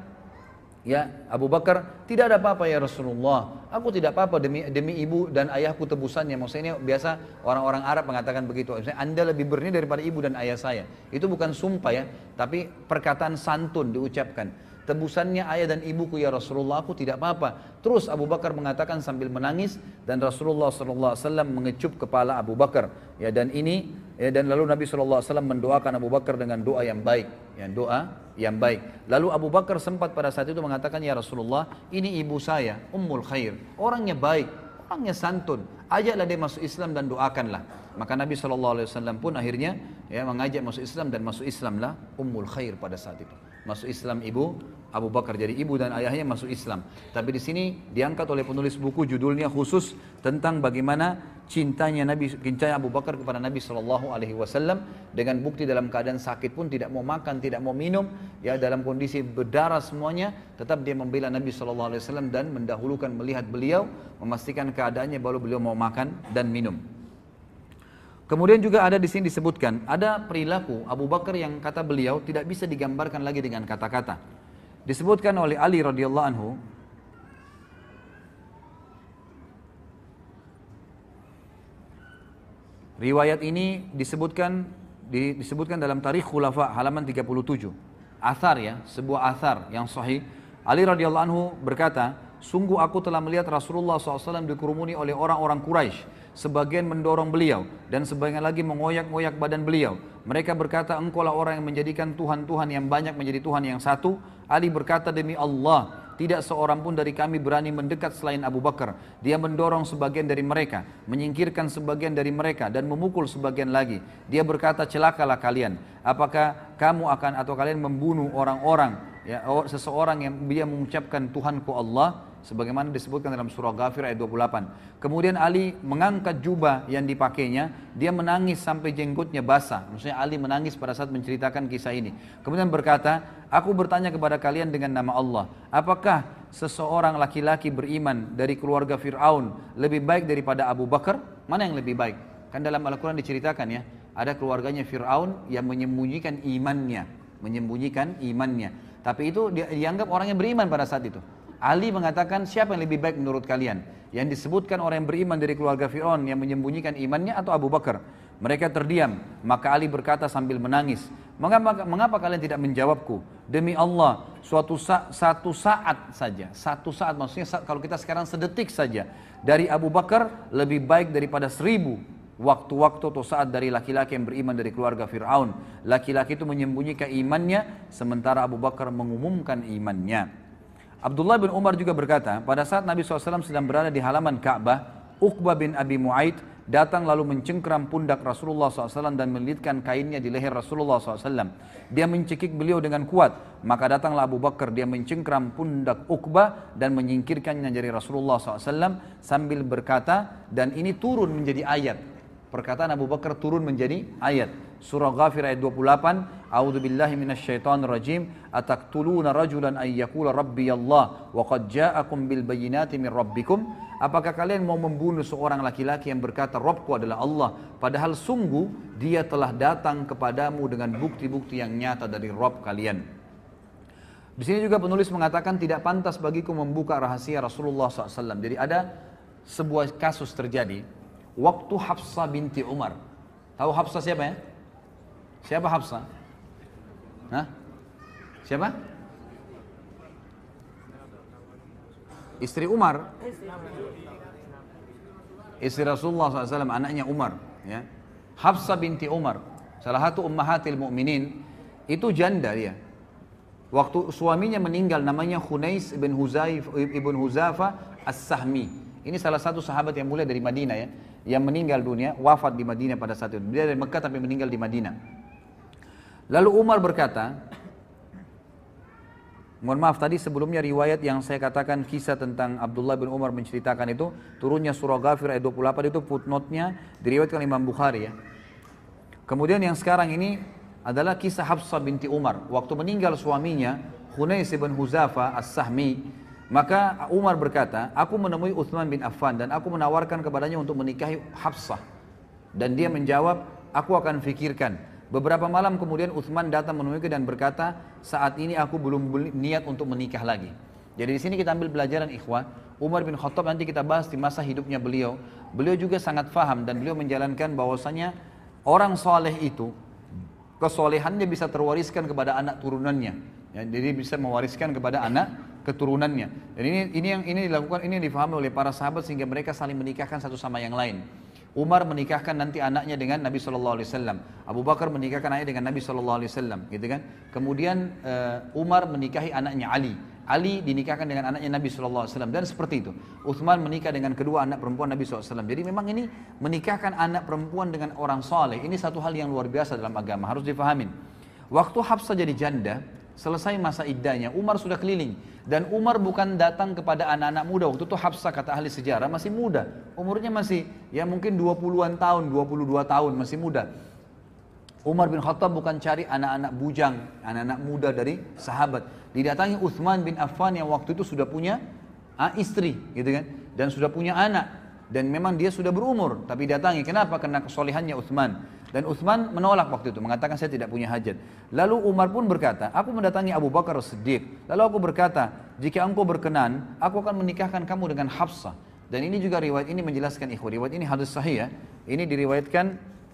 ya, Abu Bakar, tidak ada apa-apa ya Rasulullah, aku tidak apa-apa demi demi ibu dan ayahku tebusannya. Maksudnya biasa orang-orang Arab mengatakan begitu, maksudnya Anda lebih berni daripada ibu dan ayah saya. Itu bukan sumpah, ya, tapi perkataan santun diucapkan. tebusannya ayah dan ibuku ya Rasulullah, aku tidak apa-apa. Terus Abu Bakar mengatakan sambil menangis, dan Rasulullah shallallahu alaihi wasallam mengecup kepala Abu Bakar. Ya, dan ini ya, dan lalu Nabi shallallahu alaihi wasallam mendoakan Abu Bakar dengan doa yang baik, ya, doa yang baik. Lalu Abu Bakar sempat pada saat itu mengatakan, ya Rasulullah, ini ibu saya, Ummul Khair, orangnya baik, orangnya santun, ajaklah dia masuk Islam dan doakanlah. Maka Nabi shallallahu alaihi wasallam pun akhirnya ya, mengajak masuk Islam, dan masuk Islamlah Ummul Khair pada saat itu. Masuk Islam ibu Abu Bakar, jadi ibu dan ayahnya masuk Islam. Tapi di sini diangkat oleh penulis buku judulnya khusus tentang bagaimana cintanya Nabi, cintanya Abu Bakar kepada Nabi Shallallahu Alaihi Wasallam, dengan bukti dalam keadaan sakit pun tidak mau makan, tidak mau minum, ya dalam kondisi berdarah semuanya, tetap dia membela Nabi Shallallahu Alaihi Wasallam dan mendahulukan melihat beliau, memastikan keadaannya baru beliau mau makan dan minum. Kemudian juga ada di sini disebutkan ada perilaku Abu Bakar yang kata beliau tidak bisa digambarkan lagi dengan kata-kata. Disebutkan oleh Ali radhiyallahu anhu, riwayat ini disebutkan di, disebutkan dalam Tarikh Khulafa halaman tiga puluh tujuh. Athar ya, sebuah athar yang sahih. Ali radhiyallahu anhu berkata, sungguh aku telah melihat Rasulullah shallallahu alaihi wasallam dikerumuni oleh orang-orang Quraisy. Sebagian mendorong beliau dan sebagian lagi mengoyak-ngoyak badan beliau. Mereka berkata, engkaulah orang yang menjadikan Tuhan-Tuhan yang banyak menjadi Tuhan yang satu. Ali berkata, demi Allah, tidak seorang pun dari kami berani mendekat selain Abu Bakar. Dia mendorong sebagian dari mereka, menyingkirkan sebagian dari mereka, dan memukul sebagian lagi. Dia berkata, celakalah kalian. Apakah kamu akan atau kalian membunuh orang-orang, ya, seseorang yang dia mengucapkan Tuhanku Allah, sebagaimana disebutkan dalam surah Ghafir ayat dua puluh delapan. Kemudian Ali mengangkat jubah yang dipakainya, dia menangis sampai jenggotnya basah. Maksudnya Ali menangis pada saat menceritakan kisah ini. Kemudian berkata, aku bertanya kepada kalian dengan nama Allah, apakah seseorang laki-laki beriman dari keluarga Fir'aun lebih baik daripada Abu Bakar? Mana yang lebih baik? Kan dalam Al-Quran diceritakan ya, ada keluarganya Fir'aun yang menyembunyikan imannya, menyembunyikan imannya. Tapi itu dia, dianggap orang yang beriman pada saat itu. Ali mengatakan, siapa yang lebih baik menurut kalian? Yang disebutkan orang yang beriman dari keluarga Fir'aun yang menyembunyikan imannya atau Abu Bakar? Mereka terdiam. Maka Ali berkata sambil menangis, mengapa, mengapa kalian tidak menjawabku? Demi Allah, suatu sa satu saat saja, satu saat maksudnya kalau kita sekarang sedetik saja, dari Abu Bakar lebih baik daripada seribu waktu-waktu atau saat dari laki-laki yang beriman dari keluarga Fir'aun. Laki-laki itu menyembunyikan imannya, sementara Abu Bakar mengumumkan imannya. Abdullah bin Umar juga berkata, pada saat Nabi shallallahu alaihi wasallam sedang berada di halaman Ka'bah, Uqbah bin Abi Mu'aid datang lalu mencengkeram pundak Rasulullah shallallahu alaihi wasallam dan melilitkan kainnya di leher Rasulullah shallallahu alaihi wasallam. Dia mencekik beliau dengan kuat, maka datanglah Abu Bakar, dia mencengkeram pundak Uqbah dan menyingkirkannya dari Rasulullah shallallahu alaihi wasallam sambil berkata, dan ini turun menjadi ayat. Perkataan Abu Bakar turun menjadi ayat. Surah Ghafir ayat dua puluh delapan, A'udzu billahi minasyaitonir rajim, ataqtuluna rajulan ay yaqula rabbi Allah wa qad ja'akum bil bayyinati min rabbikum. Apakah kalian mau membunuh seorang laki-laki yang berkata Rabbku adalah Allah, padahal sungguh dia telah datang kepadamu dengan bukti-bukti yang nyata dari Rabb kalian. Di sini juga penulis mengatakan tidak pantas bagiku membuka rahasia Rasulullah shallallahu alaihi wasallam. Jadi ada sebuah kasus terjadi waktu Hafsah binti Umar. Tahu Hafsah siapa ya? Siapa Hafsah? Hah? Siapa? Istri Umar. Istri Rasulullah shallallahu alaihi wasallam, anaknya Umar. Ya. Hafsah binti Umar, salah satu ummahatil mu'minin, itu janda dia. Waktu suaminya meninggal, namanya Khunais ibn Huzaif ibn Huzafa As-Sahmi. Ini salah satu sahabat yang mulia dari Madinah ya, yang meninggal dunia, wafat di Madinah pada saat itu. Dia dari Mekah tapi meninggal di Madinah. Lalu Umar berkata, mohon maaf tadi sebelumnya riwayat yang saya katakan kisah tentang Abdullah bin Umar menceritakan itu, turunnya surah Ghafir ayat dua puluh delapan itu footnote-nya diriwayatkan Imam Bukhari ya. Kemudian yang sekarang ini adalah kisah Hafsah binti Umar. Waktu meninggal suaminya, Khunais bin Huzafa As-Sahmi, maka Umar berkata, aku menemui Uthman bin Affan dan aku menawarkan kepadanya untuk menikahi Hafsah. Dan dia menjawab, aku akan fikirkan. Beberapa malam kemudian Uthman datang menemuiku dan berkata, saat ini aku belum niat untuk menikah lagi. Jadi di sini kita ambil pelajaran ikhwah, Umar bin Khattab nanti kita bahas di masa hidupnya beliau. Beliau juga sangat faham dan beliau menjalankan bahwasanya orang soleh itu kesolehannya bisa terwariskan kepada anak turunannya. Ya, jadi bisa mewariskan kepada anak keturunannya. Dan ini ini yang ini dilakukan, ini difahami oleh para sahabat sehingga mereka saling menikahkan satu sama yang lain. Umar menikahkan nanti anaknya dengan Nabi shallallahu alaihi wasallam. Abu Bakar menikahkan anaknya dengan Nabi shallallahu alaihi wasallam, gitu kan? Kemudian uh, Umar menikahi anaknya Ali. Ali dinikahkan dengan anaknya Nabi shallallahu alaihi wasallam dan seperti itu. Uthman menikah dengan kedua anak perempuan Nabi shallallahu alaihi wasallam. Jadi memang ini menikahkan anak perempuan dengan orang soleh. Ini satu hal yang luar biasa dalam agama, harus difahamin. Waktu Hafsah jadi janda, selesai masa iddahnya, Umar sudah keliling. Dan Umar bukan datang kepada anak-anak muda. Waktu itu Hafsah kata ahli sejarah masih muda. Umurnya masih ya mungkin dua puluhan tahun, dua puluh dua tahun, masih muda. Umar bin Khattab bukan cari anak-anak bujang, anak-anak muda dari sahabat. Didatangi Uthman bin Affan yang waktu itu sudah punya ah, istri, gitu kan, dan sudah punya anak. Dan memang dia sudah berumur, tapi datangi. Kenapa? Karena kesolehannya Uthman. Dan Uthman menolak waktu itu, mengatakan saya tidak punya hajat. Lalu Umar pun berkata, aku mendatangi Abu Bakar As-Siddiq. Lalu aku berkata, jika engkau berkenan, aku akan menikahkan kamu dengan Hafsah. Dan ini juga riwayat ini menjelaskan ikhwah. Riwayat ini hadis sahih ya. Ini diriwayatkan,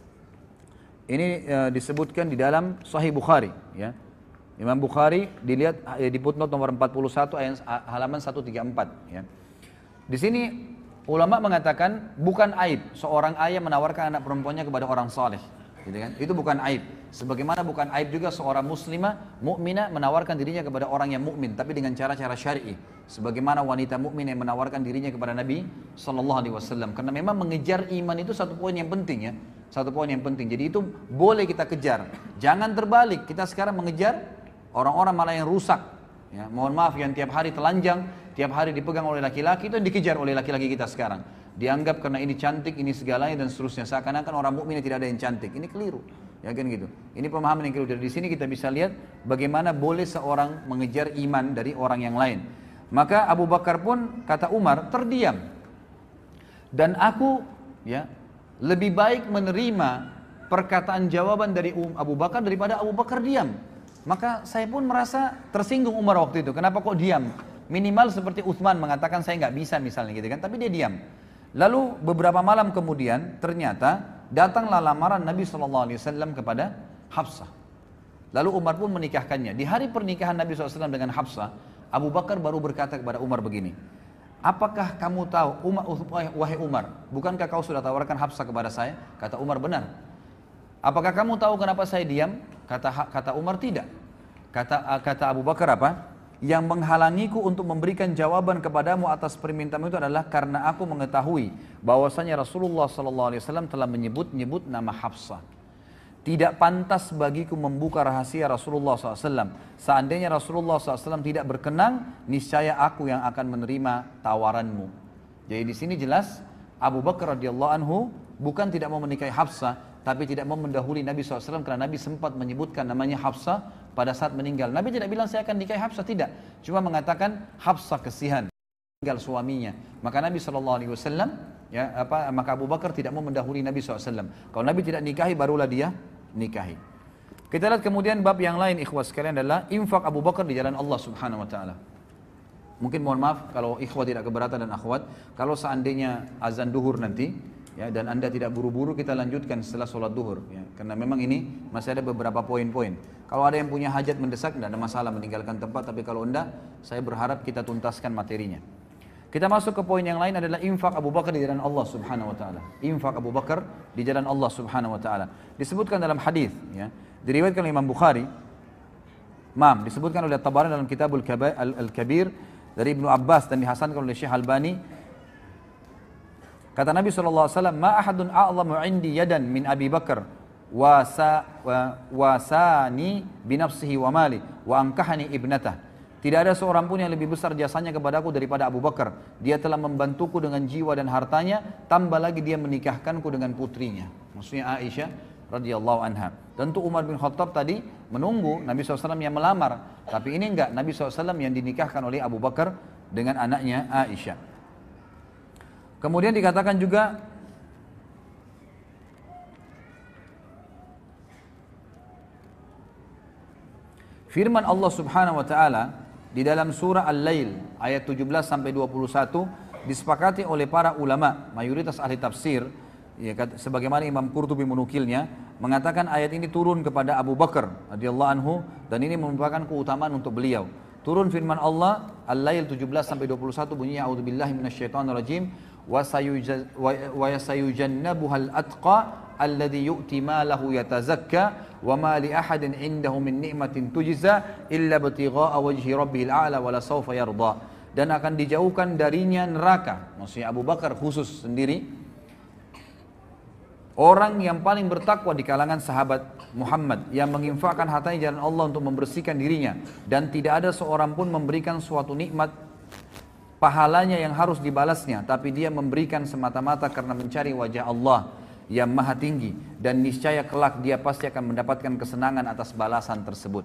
ini uh, disebutkan di dalam Sahih Bukhari. Ya. Imam Bukhari dilihat uh, di footnote nomor empat puluh satu ayat halaman seratus tiga puluh empat. Ya. Di sini ulama mengatakan bukan aib seorang ayah menawarkan anak perempuannya kepada orang saleh, gitu kan? Itu bukan aib. Sebagaimana bukan aib juga seorang muslimah mukminah menawarkan dirinya kepada orang yang mukmin, tapi dengan cara-cara syar'i. Sebagaimana wanita mukmin yang menawarkan dirinya kepada Nabi Shallallahu Alaihi Wasallam. Karena memang mengejar iman itu satu poin yang penting ya, satu poin yang penting. Jadi itu boleh kita kejar. Jangan terbalik. Kita sekarang mengejar orang-orang malah yang rusak. Ya, mohon maaf yang tiap hari telanjang, tiap hari dipegang oleh laki-laki, itu yang dikejar oleh laki-laki kita sekarang. Dianggap karena ini cantik, ini segalanya dan seterusnya. Seakan-akan orang mukmin tidak ada yang cantik. Ini keliru. Ya kan gitu. Ini pemahaman yang keliru. Dari sini kita bisa lihat bagaimana boleh seorang mengejar iman dari orang yang lain. Maka Abu Bakar pun kata Umar terdiam. Dan aku ya lebih baik menerima perkataan jawaban dari Abu Bakar daripada Abu Bakar diam. Maka saya pun merasa tersinggung Umar waktu itu. Kenapa kok diam? Minimal seperti Uthman mengatakan saya nggak bisa misalnya gitu kan. Tapi dia diam. Lalu beberapa malam kemudian ternyata datanglah lamaran Nabi shallallahu alaihi wasallam kepada Hafsah. Lalu Umar pun menikahkannya. Di hari pernikahan Nabi shallallahu alaihi wasallam dengan Hafsah, Abu Bakar baru berkata kepada Umar begini. Apakah kamu tahu, Umar, wahai Umar, bukankah kau sudah tawarkan Hafsah kepada saya? Kata Umar, benar. Apakah kamu tahu kenapa saya diam? Kata kata Umar, tidak. Kata kata Abu Bakar apa? Yang menghalangiku untuk memberikan jawaban kepadamu atas permintaanmu itu adalah karena aku mengetahui bahwasanya Rasulullah sallallahu alaihi wasallam telah menyebut-nyebut nama Hafsah. Tidak pantas bagiku membuka rahasia Rasulullah sallallahu alaihi wasallam. Seandainya Rasulullah sallallahu alaihi wasallam tidak berkenan, niscaya aku yang akan menerima tawaranmu. Jadi di sini jelas Abu Bakar radhiyallahu anhu bukan tidak mau menikahi Hafsah, tapi tidak mau mendahului Nabi shallallahu alaihi wasallam karena Nabi sempat menyebutkan namanya Hafsah pada saat meninggal. Nabi tidak bilang saya akan nikahi Hafsah, tidak. Cuma mengatakan Hafsah kesihan, meninggal suaminya. Maka Nabi shallallahu alaihi wasallam, ya, apa, maka Abu Bakar tidak mau mendahului Nabi shallallahu alaihi wasallam. Kalau Nabi tidak nikahi, barulah dia nikahi. Kita lihat kemudian bab yang lain ikhwah sekalian adalah infak Abu Bakar di jalan Allah subhanahu wa ta'ala. Mungkin mohon maaf kalau ikhwah tidak keberatan dan akhwat, kalau seandainya azan duhur nanti, ya, dan anda tidak buru-buru, kita lanjutkan setelah sholat duhur, ya, karena memang ini masih ada beberapa poin-poin. Kalau ada yang punya hajat mendesak, tidak ada masalah meninggalkan tempat, tapi kalau enggak, saya berharap kita tuntaskan materinya. Kita masuk ke poin yang lain adalah infak Abu Bakar di jalan Allah subhanahu wa ta'ala. Infak Abu Bakar di jalan Allah subhanahu wa ta'ala. Disebutkan dalam hadis, ya, diriwayatkan oleh Imam Bukhari, Mam, disebutkan oleh Tabarani dalam Kitabul Al-Kabir dari Ibnu Abbas dan dihasankan oleh Syekh Albani. Kata Nabi shallallahu alaihi wasallam, ma ahadun a'lamu indi yadan min Abi Bakar wasa wa, wasani binafsihi wa mali wa angkahani ibnatah. Tidak ada seorang pun yang lebih besar jasanya kepadaku daripada Abu Bakar. Dia telah membantuku dengan jiwa dan hartanya, tambah lagi dia menikahkanku dengan putrinya. Maksudnya Aisyah radhiyallahu anha. Tentu Umar bin Khattab tadi menunggu Nabi shallallahu alaihi wasallam yang melamar. Tapi ini enggak, Nabi shallallahu alaihi wasallam yang dinikahkan oleh Abu Bakar dengan anaknya Aisyah. Kemudian dikatakan juga firman Allah subhanahu wa ta'ala di dalam surah Al-Lail ayat tujuh belas sampai dua puluh satu disepakati oleh para ulama mayoritas ahli tafsir, ya, sebagaimana Imam Qurtubi menukilnya, mengatakan ayat ini turun kepada Abu Bakar radhiyallahu anhu dan ini merupakan keutamaan untuk beliau. Turun firman Allah Al-Lail tujuh belas sampai dua puluh satu bunyinya a'udzubillahi minasyaitonirrajim wa sayujannabuhal atqa alladhi yu'ti malahu yatazakka wa ma li ahadin indahu min ni'matin tujza illa ibtigha'a wajhi rabbihil a'la wa la sawfa yarda. Dan akan dijauhkan darinya neraka. Maksudnya Abu Bakar khusus sendiri, orang yang paling bertakwa di kalangan sahabat Muhammad yang menginfakkan hartanya di jalan Allah untuk membersihkan dirinya dan tidak ada seorang pun memberikan suatu nikmat pahalanya yang harus dibalasnya, tapi dia memberikan semata-mata karena mencari wajah Allah yang maha tinggi dan niscaya kelak dia pasti akan mendapatkan kesenangan atas balasan tersebut.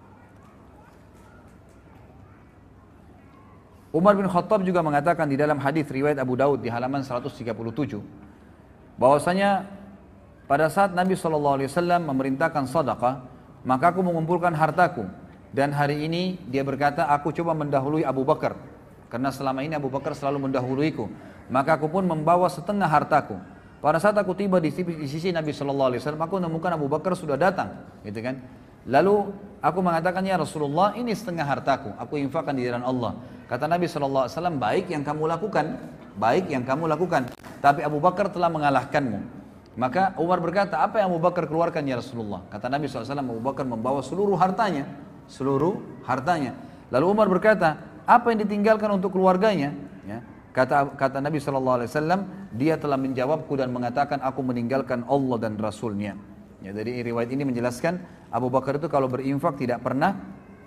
Umar bin Khattab juga mengatakan di dalam hadis riwayat Abu Daud di halaman seratus tiga puluh tujuh bahwasanya pada saat Nabi shallallahu alaihi wasallam memerintahkan sedekah, maka aku mengumpulkan hartaku dan hari ini dia berkata aku coba mendahului Abu Bakar karena selama ini Abu Bakar selalu mendahuluiku, maka aku pun membawa setengah hartaku. Pada saat aku tiba di sisi, di sisi Nabi shallallahu alaihi wasallam, aku menemukan Abu Bakar sudah datang, gitu kan? Lalu aku mengatakan, ya Rasulullah, ini setengah hartaku, aku infakkan di jalan Allah. Kata Nabi shallallahu alaihi wasallam, baik yang kamu lakukan, baik yang kamu lakukan. Tapi Abu Bakar telah mengalahkanmu. Maka Umar berkata, apa yang Abu Bakar keluarkan ya Rasulullah? Kata Nabi shallallahu alaihi wasallam, Abu Bakar membawa seluruh hartanya, seluruh hartanya. Lalu Umar berkata, apa yang ditinggalkan untuk keluarganya? Ya. Kata, kata Nabi shallallahu alaihi wasallam, dia telah menjawabku dan mengatakan, aku meninggalkan Allah dan Rasulnya. Ya, dari riwayat ini menjelaskan Abu Bakar itu kalau berinfak tidak pernah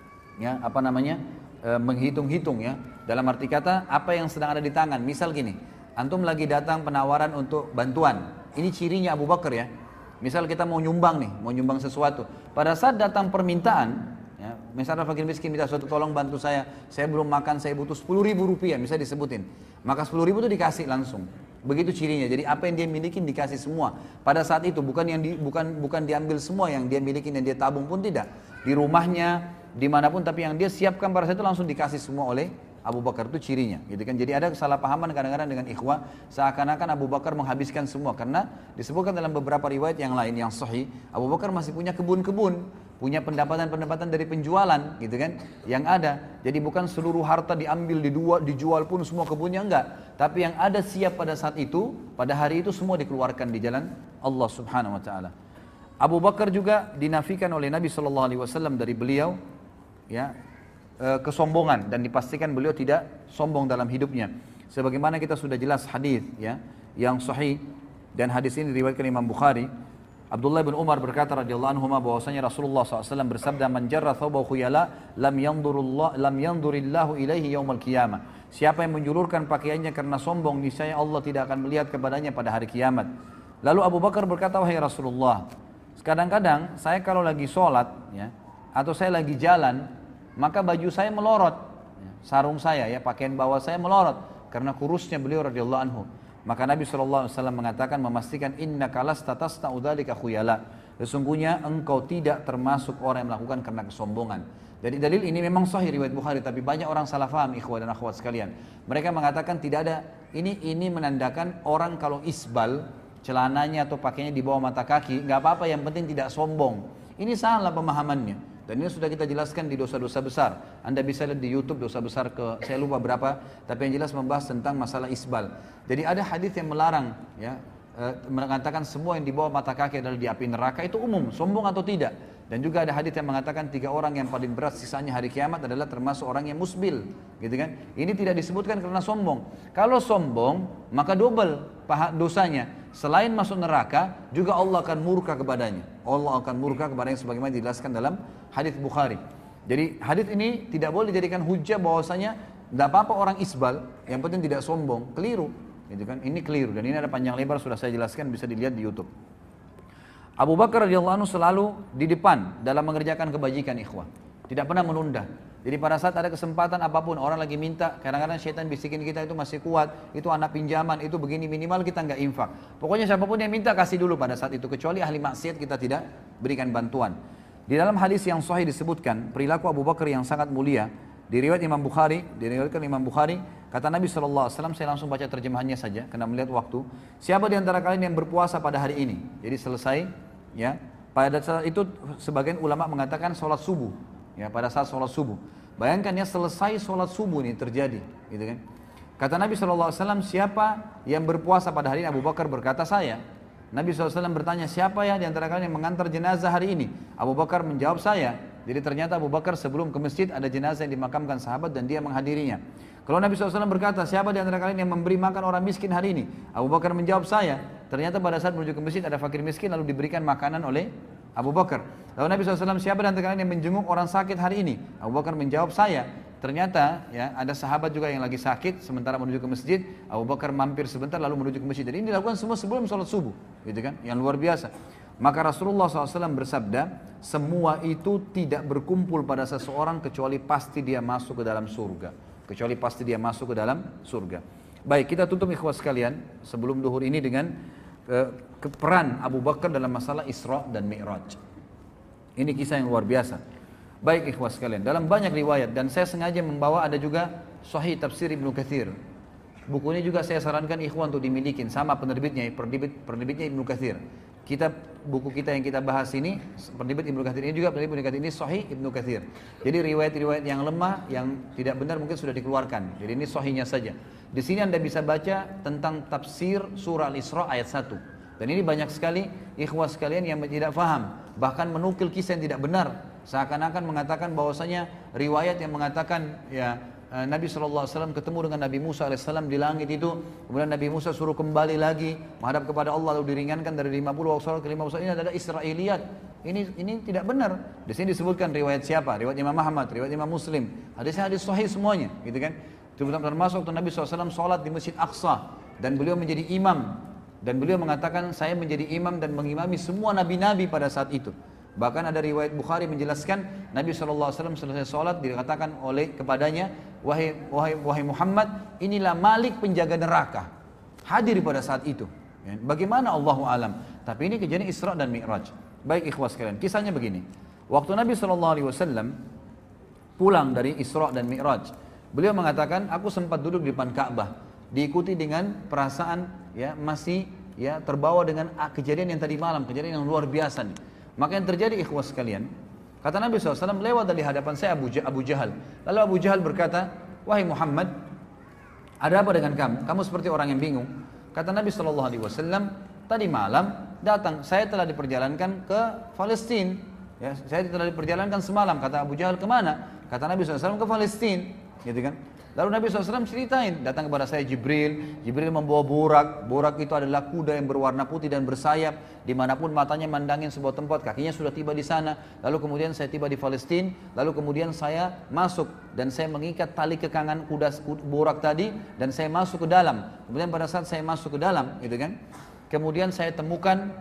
ya apa namanya e, menghitung-hitung ya. Dalam arti kata apa yang sedang ada di tangan. Misal gini, antum lagi datang penawaran untuk bantuan. Ini cirinya Abu Bakar ya. Misal kita mau nyumbang nih, mau nyumbang sesuatu. Pada saat datang permintaan, ya, misalnya fakir miskin minta sesuatu, tolong bantu saya, saya belum makan, saya butuh sepuluh ribu rupiah, misalnya disebutin. Maka sepuluh ribu itu dikasih langsung. Begitu cirinya. Jadi apa yang dia miliki dikasih semua. Pada saat itu bukan yang di, bukan bukan diambil semua yang dia miliki dan dia tabung pun tidak. Di rumahnya, dimanapun, tapi yang dia siapkan pada saat itu langsung dikasih semua oleh Abu Bakar, itu cirinya. Gitu kan. Jadi ada kesalahpahaman kadang-kadang dengan ikhwah, seakan-akan Abu Bakar menghabiskan semua karena disebutkan dalam beberapa riwayat yang lain yang sahih, Abu Bakar masih punya kebun-kebun, punya pendapatan-pendapatan dari penjualan, gitu kan, yang ada. Jadi bukan seluruh harta diambil, dijual, dijual pun semua kebunnya, enggak. Tapi yang ada siap pada saat itu, pada hari itu semua dikeluarkan di jalan Allah Subhanahu Wa Taala. Abu Bakar juga dinafikan oleh Nabi Shallallahu Alaihi Wasallam dari beliau, ya, kesombongan dan dipastikan beliau tidak sombong dalam hidupnya. Sebagaimana kita sudah jelas hadis, ya, yang sahih dan hadis ini diriwayatkan Imam Bukhari. Abdullah bin Umar berkata radhiyallahu anhu bahwasanya Rasulullah shallallahu alaihi wasallam bersabda, "Man jarra thawbahu khuyala lam yandurullah lam yandurillahu ilaihi yaumal qiyamah." Siapa yang menjulurkan pakaiannya karena sombong, niscaya Allah tidak akan melihat kepadanya pada hari kiamat. Lalu Abu Bakar berkata, "Wahai Rasulullah, kadang-kadang saya kalau lagi sholat, ya, atau saya lagi jalan, maka baju saya melorot, ya, sarung saya, ya, pakaian bawah saya melorot karena kurusnya beliau radhiyallahu anhu." Maka Nabi shallallahu alaihi wasallam mengatakan, memastikan, innaka lasta tasna'u dzalika khuyala. Sesungguhnya engkau tidak termasuk orang yang melakukan karena kesombongan. Jadi dalil ini memang sahih riwayat Bukhari, tapi banyak orang salah faham, ikhwah dan akhwat sekalian. Mereka mengatakan tidak ada, ini ini menandakan orang kalau isbal, celananya atau pakainya di bawah mata kaki, nggak apa-apa, yang penting tidak sombong. Ini salah pemahamannya. Dan ini sudah kita jelaskan di dosa-dosa besar. Anda bisa lihat di YouTube dosa besar ke, saya lupa berapa, tapi yang jelas membahas tentang masalah isbal. Jadi ada hadis yang melarang, ya, e, mengatakan semua yang di bawah mata kaki adalah di api neraka, itu umum, sombong atau tidak. Dan juga ada hadis yang mengatakan tiga orang yang paling berat sisanya hari kiamat adalah termasuk orang yang musbil, gitu kan? Ini tidak disebutkan karena sombong. Kalau sombong, maka double paha dosanya. Selain masuk neraka, juga Allah akan murka kepadanya. Allah akan murka kepadanya sebagaimana dijelaskan dalam hadis Bukhari. Jadi hadis ini tidak boleh dijadikan hujah bahwasanya tidak apa-apa orang isbal, yang penting tidak sombong. Keliru, gitu kan? Ini keliru dan ini ada panjang lebar sudah saya jelaskan, bisa dilihat di YouTube. Abu Bakar radhiyallahu anhu selalu di depan dalam mengerjakan kebajikan, ikhwah. Tidak pernah menunda. Jadi pada saat ada kesempatan apapun, orang lagi minta, kadang-kadang syaitan bisikin kita itu masih kuat, itu anak pinjaman, itu begini, minimal kita nggak infak. Pokoknya siapapun yang minta kasih dulu pada saat itu, kecuali ahli maksiat kita tidak berikan bantuan. Di dalam hadis yang sahih disebutkan perilaku Abu Bakar yang sangat mulia. Di riwayat Imam Bukhari, diriwayatkan Imam Bukhari, kata Nabi shallallahu alaihi wasallam, saya langsung baca terjemahannya saja karena melihat waktu. Siapa di antara kalian yang berpuasa pada hari ini? Jadi selesai ya. Pada saat itu sebagian ulama mengatakan sholat subuh, ya pada saat sholat subuh. Bayangkan ya selesai sholat subuh ini terjadi, gitu kan. Kata Nabi shallallahu alaihi wasallam, siapa yang berpuasa pada hari ini? Abu Bakar berkata, saya. Nabi shallallahu alaihi wasallam bertanya, siapa ya di antara kalian yang mengantar jenazah hari ini? Abu Bakar menjawab, saya. Jadi ternyata Abu Bakar sebelum ke masjid ada jenazah yang dimakamkan sahabat dan dia menghadirinya. Kalau Nabi shallallahu alaihi wasallam berkata, siapa di antara kalian yang memberi makan orang miskin hari ini? Abu Bakar menjawab, saya. Ternyata pada saat menuju ke masjid ada fakir miskin lalu diberikan makanan oleh Abu Bakar. Lalu Nabi shallallahu alaihi wasallam, siapa di antara kalian yang menjenguk orang sakit hari ini? Abu Bakar menjawab, saya. Ternyata ya ada sahabat juga yang lagi sakit sementara menuju ke masjid. Abu Bakar mampir sebentar lalu menuju ke masjid. Dan ini dilakukan semua sebelum sholat subuh, gitu kan? Yang luar biasa. Maka Rasulullah shallallahu alaihi wasallam bersabda, semua itu tidak berkumpul pada seseorang kecuali pasti dia masuk ke dalam surga. Kecuali pasti dia masuk ke dalam surga. Baik, kita tutup ikhwas sekalian sebelum duhur ini dengan uh, peran Abu Bakar dalam masalah Isra dan Mi'raj. Ini kisah yang luar biasa. Baik ikhwas sekalian, dalam banyak riwayat dan saya sengaja membawa ada juga Sahih Tafsir Ibnu Katsir. Buku ini juga saya sarankan ikhwan untuk dimiliki, sama penerbitnya, penerbit, penerbitnya Ibnu Katsir. Kita buku kita yang kita bahas ini penerbit Ibnu Katsir ini juga penerbit Ibnu Katsir ini Sahih Ibnu Katsir. Jadi riwayat-riwayat yang lemah yang tidak benar mungkin sudah dikeluarkan. Jadi ini sahihnya saja. Di sini Anda bisa baca tentang tafsir surah Al-Isra ayat satu. Dan ini banyak sekali ikhwas sekalian yang tidak faham, bahkan menukil kisah yang tidak benar, seakan-akan mengatakan bahwasanya riwayat yang mengatakan ya Nabi shallallahu alaihi wasallam ketemu dengan Nabi Musa alaihissalam di langit itu, kemudian Nabi Musa suruh kembali lagi menghadap kepada Allah lalu diringankan dari lima puluh waktu sholat ke lima puluh. Ini adalah Israiliyat. Ini ini tidak benar. Di sini disebutkan riwayat siapa? Riwayat Imam Ahmad, riwayat Imam Muslim. Hadisnya hadis sahih semuanya, gitu kan? Termasuk waktu Nabi shallallahu alaihi wasallam sholat di Masjid Aqsa dan beliau menjadi imam dan beliau mengatakan saya menjadi imam dan mengimami semua nabi-nabi pada saat itu. Bahkan ada riwayat Bukhari menjelaskan Nabi shallallahu alaihi wasallam selesai sholat dikatakan oleh kepadanya, wahai wahai wahai Muhammad, inilah Malik penjaga neraka. Hadir pada saat itu. Bagaimana Allahu alam. Tapi ini kejadian Isra dan Mi'raj. Baik ikhwas sekalian, kisahnya begini. Waktu Nabi shallallahu alaihi wasallam pulang dari Isra dan Mi'raj, beliau mengatakan, aku sempat duduk di depan Ka'bah, diikuti dengan perasaan ya masih ya terbawa dengan kejadian yang tadi malam, kejadian yang luar biasa nih. Maka yang terjadi ikhwas sekalian, kata Nabi shallallahu alaihi wasallam, lewat dari hadapan saya Abu, Abu Jahal. Lalu Abu Jahal berkata, wahai Muhammad, ada apa dengan kamu? Kamu seperti orang yang bingung. Kata Nabi shallallahu alaihi wasallam, tadi malam datang, saya telah diperjalankan ke Palestina. Ya, saya telah diperjalankan semalam. Kata Abu Jahal, kemana? Kata Nabi shallallahu alaihi wasallam, ke Palestina. Gitu kan? Lalu Nabi shallallahu alaihi wasallam ceritain, datang kepada saya Jibril, Jibril membawa burak, burak itu adalah kuda yang berwarna putih dan bersayap, dimanapun matanya mandangin sebuah tempat, kakinya sudah tiba di sana. Lalu kemudian saya tiba di Palestina, lalu kemudian saya masuk dan saya mengikat tali kekangan kuda burak tadi dan saya masuk ke dalam. Kemudian pada saat saya masuk ke dalam, gitu kan, kemudian saya temukan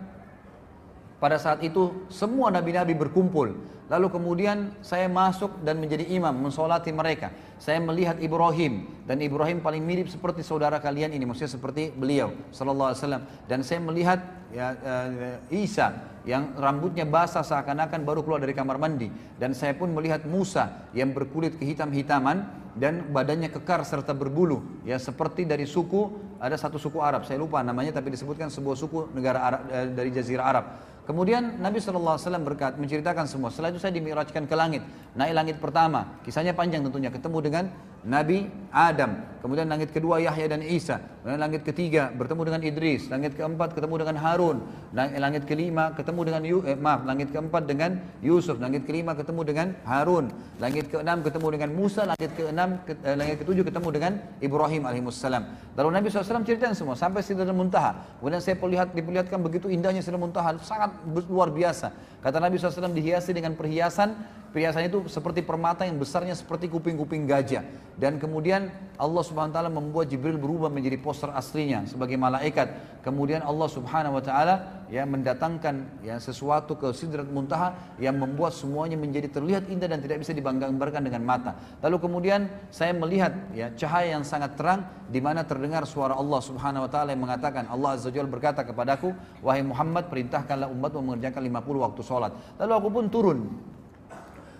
pada saat itu semua nabi-nabi berkumpul. Lalu kemudian saya masuk dan menjadi imam, mensolati mereka. Saya melihat Ibrahim, dan Ibrahim paling mirip seperti saudara kalian ini, maksudnya seperti beliau sallallahu alaihi wasallam. Dan saya melihat ya, uh, Isa yang rambutnya basah seakan-akan baru keluar dari kamar mandi. Dan saya pun melihat Musa yang berkulit kehitam-hitaman dan badannya kekar serta berbulu, ya seperti dari suku, ada satu suku Arab, saya lupa namanya, tapi disebutkan sebuah suku negara Arab, uh, dari Jazirah Arab. Kemudian Nabi shallallahu alaihi wasallam berkata, menceritakan semua. Setelah itu saya dimi'rajkan ke langit. Naik langit pertama, kisahnya panjang tentunya. Ketemu dengan Nabi Adam. Kemudian langit kedua Yahya dan Isa. Kemudian langit ketiga bertemu dengan Idris. Langit keempat ketemu dengan Harun. Langit kelima ketemu dengan eh, maaf, langit keempat dengan Yusuf. Langit kelima ketemu dengan Harun. Langit keenam ketemu dengan Musa. Langit keenam, ke, eh, langit ketujuh ketemu dengan Ibrahim alaihissalam. Lalu Nabi shallallahu alaihi wasallam ceritakan semua sampai Sidratul Muntaha. Kemudian saya perlihat, diperlihatkan begitu indahnya Sidratul Muntaha, sangat luar biasa. Kata Nabi shallallahu alaihi wasallam, dihiasi dengan perhiasan. Perhiasan itu seperti permata yang besarnya seperti kuping-kuping gajah. Dan kemudian Allah subhanahu wa ta'ala membuat Jibril berubah menjadi poster aslinya sebagai malaikat. Kemudian Allah subhanahu wa ta'ala ya mendatangkan ya sesuatu ke Sidratul Muntaha yang membuat semuanya menjadi terlihat indah dan tidak bisa dibangga-banggakan dengan mata. Lalu kemudian saya melihat ya cahaya yang sangat terang di mana terdengar suara Allah subhanahu wa ta'ala yang mengatakan, Allah azza wa jalla berkata kepadaku, wahai Muhammad, perintahkanlah umatmu mengerjakan lima puluh waktu sholat. Lalu aku pun turun.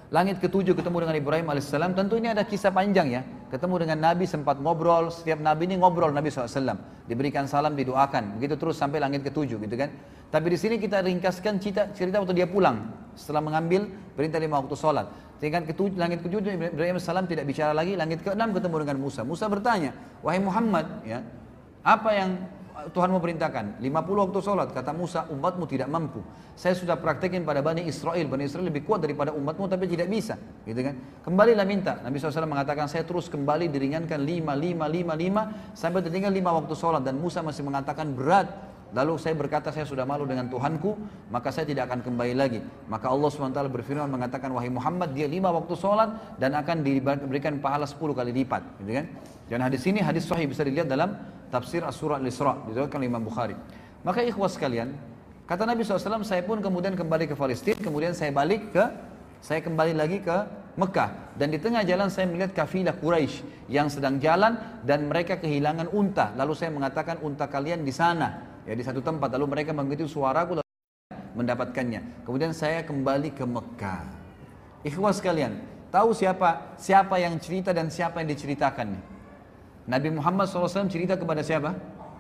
Langit ketujuh ketemu dengan Ibrahim alaihissalam. Tentu ini ada kisah panjang ya. Ketemu dengan Nabi, sempat ngobrol. Setiap Nabi ini ngobrol Nabi shallallahu alaihi wasallam. Diberikan salam, didoakan. Begitu terus sampai langit ketujuh gitu kan. Tapi di sini kita ringkaskan cerita, cerita waktu dia pulang. Setelah mengambil perintah lima waktu sholat. Tingkat ketujuh, langit ketujuh Ibrahim alaihissalam tidak bicara lagi. Langit keenam ketemu dengan Musa. Musa bertanya, wahai Muhammad, ya, apa yang Tuhan mau perintahkan? lima puluh waktu sholat. Kata Musa, umatmu tidak mampu. Saya sudah praktekin pada Bani Israel. Bani Israel lebih kuat daripada umatmu tapi tidak bisa. Gitu kan? Kembalilah minta. Nabi shallallahu alaihi wasallam mengatakan, saya terus kembali diringankan lima, lima, lima, lima. Sampai tertinggal lima waktu sholat. Dan Musa masih mengatakan berat. Lalu saya berkata, saya sudah malu dengan Tuhanku. Maka saya tidak akan kembali lagi. Maka Allah subhanahu wa taala berfirman mengatakan, wahai Muhammad, dia lima waktu sholat. Dan akan diberikan pahala sepuluh kali lipat. Gitu kan? Dan hadis ini hadis sahih bisa dilihat dalam tafsir As-Surah Al-Isra diriwayatkan oleh Imam Bukhari. Maka ikhwah sekalian, kata Nabi shallallahu alaihi wasallam, saya pun kemudian kembali ke Palestina, kemudian saya balik ke, saya kembali lagi ke Mekah. Dan di tengah jalan saya melihat kafilah Quraisy yang sedang jalan dan mereka kehilangan unta. Lalu saya mengatakan, unta kalian di sana, ya di satu tempat. Lalu mereka mengikuti suaraku lalu mendapatkannya. Kemudian saya kembali ke Mekah. Ikhwah sekalian, tahu siapa siapa yang cerita dan siapa yang diceritakan? Nabi Muhammad shallallahu alaihi wasallam cerita kepada siapa?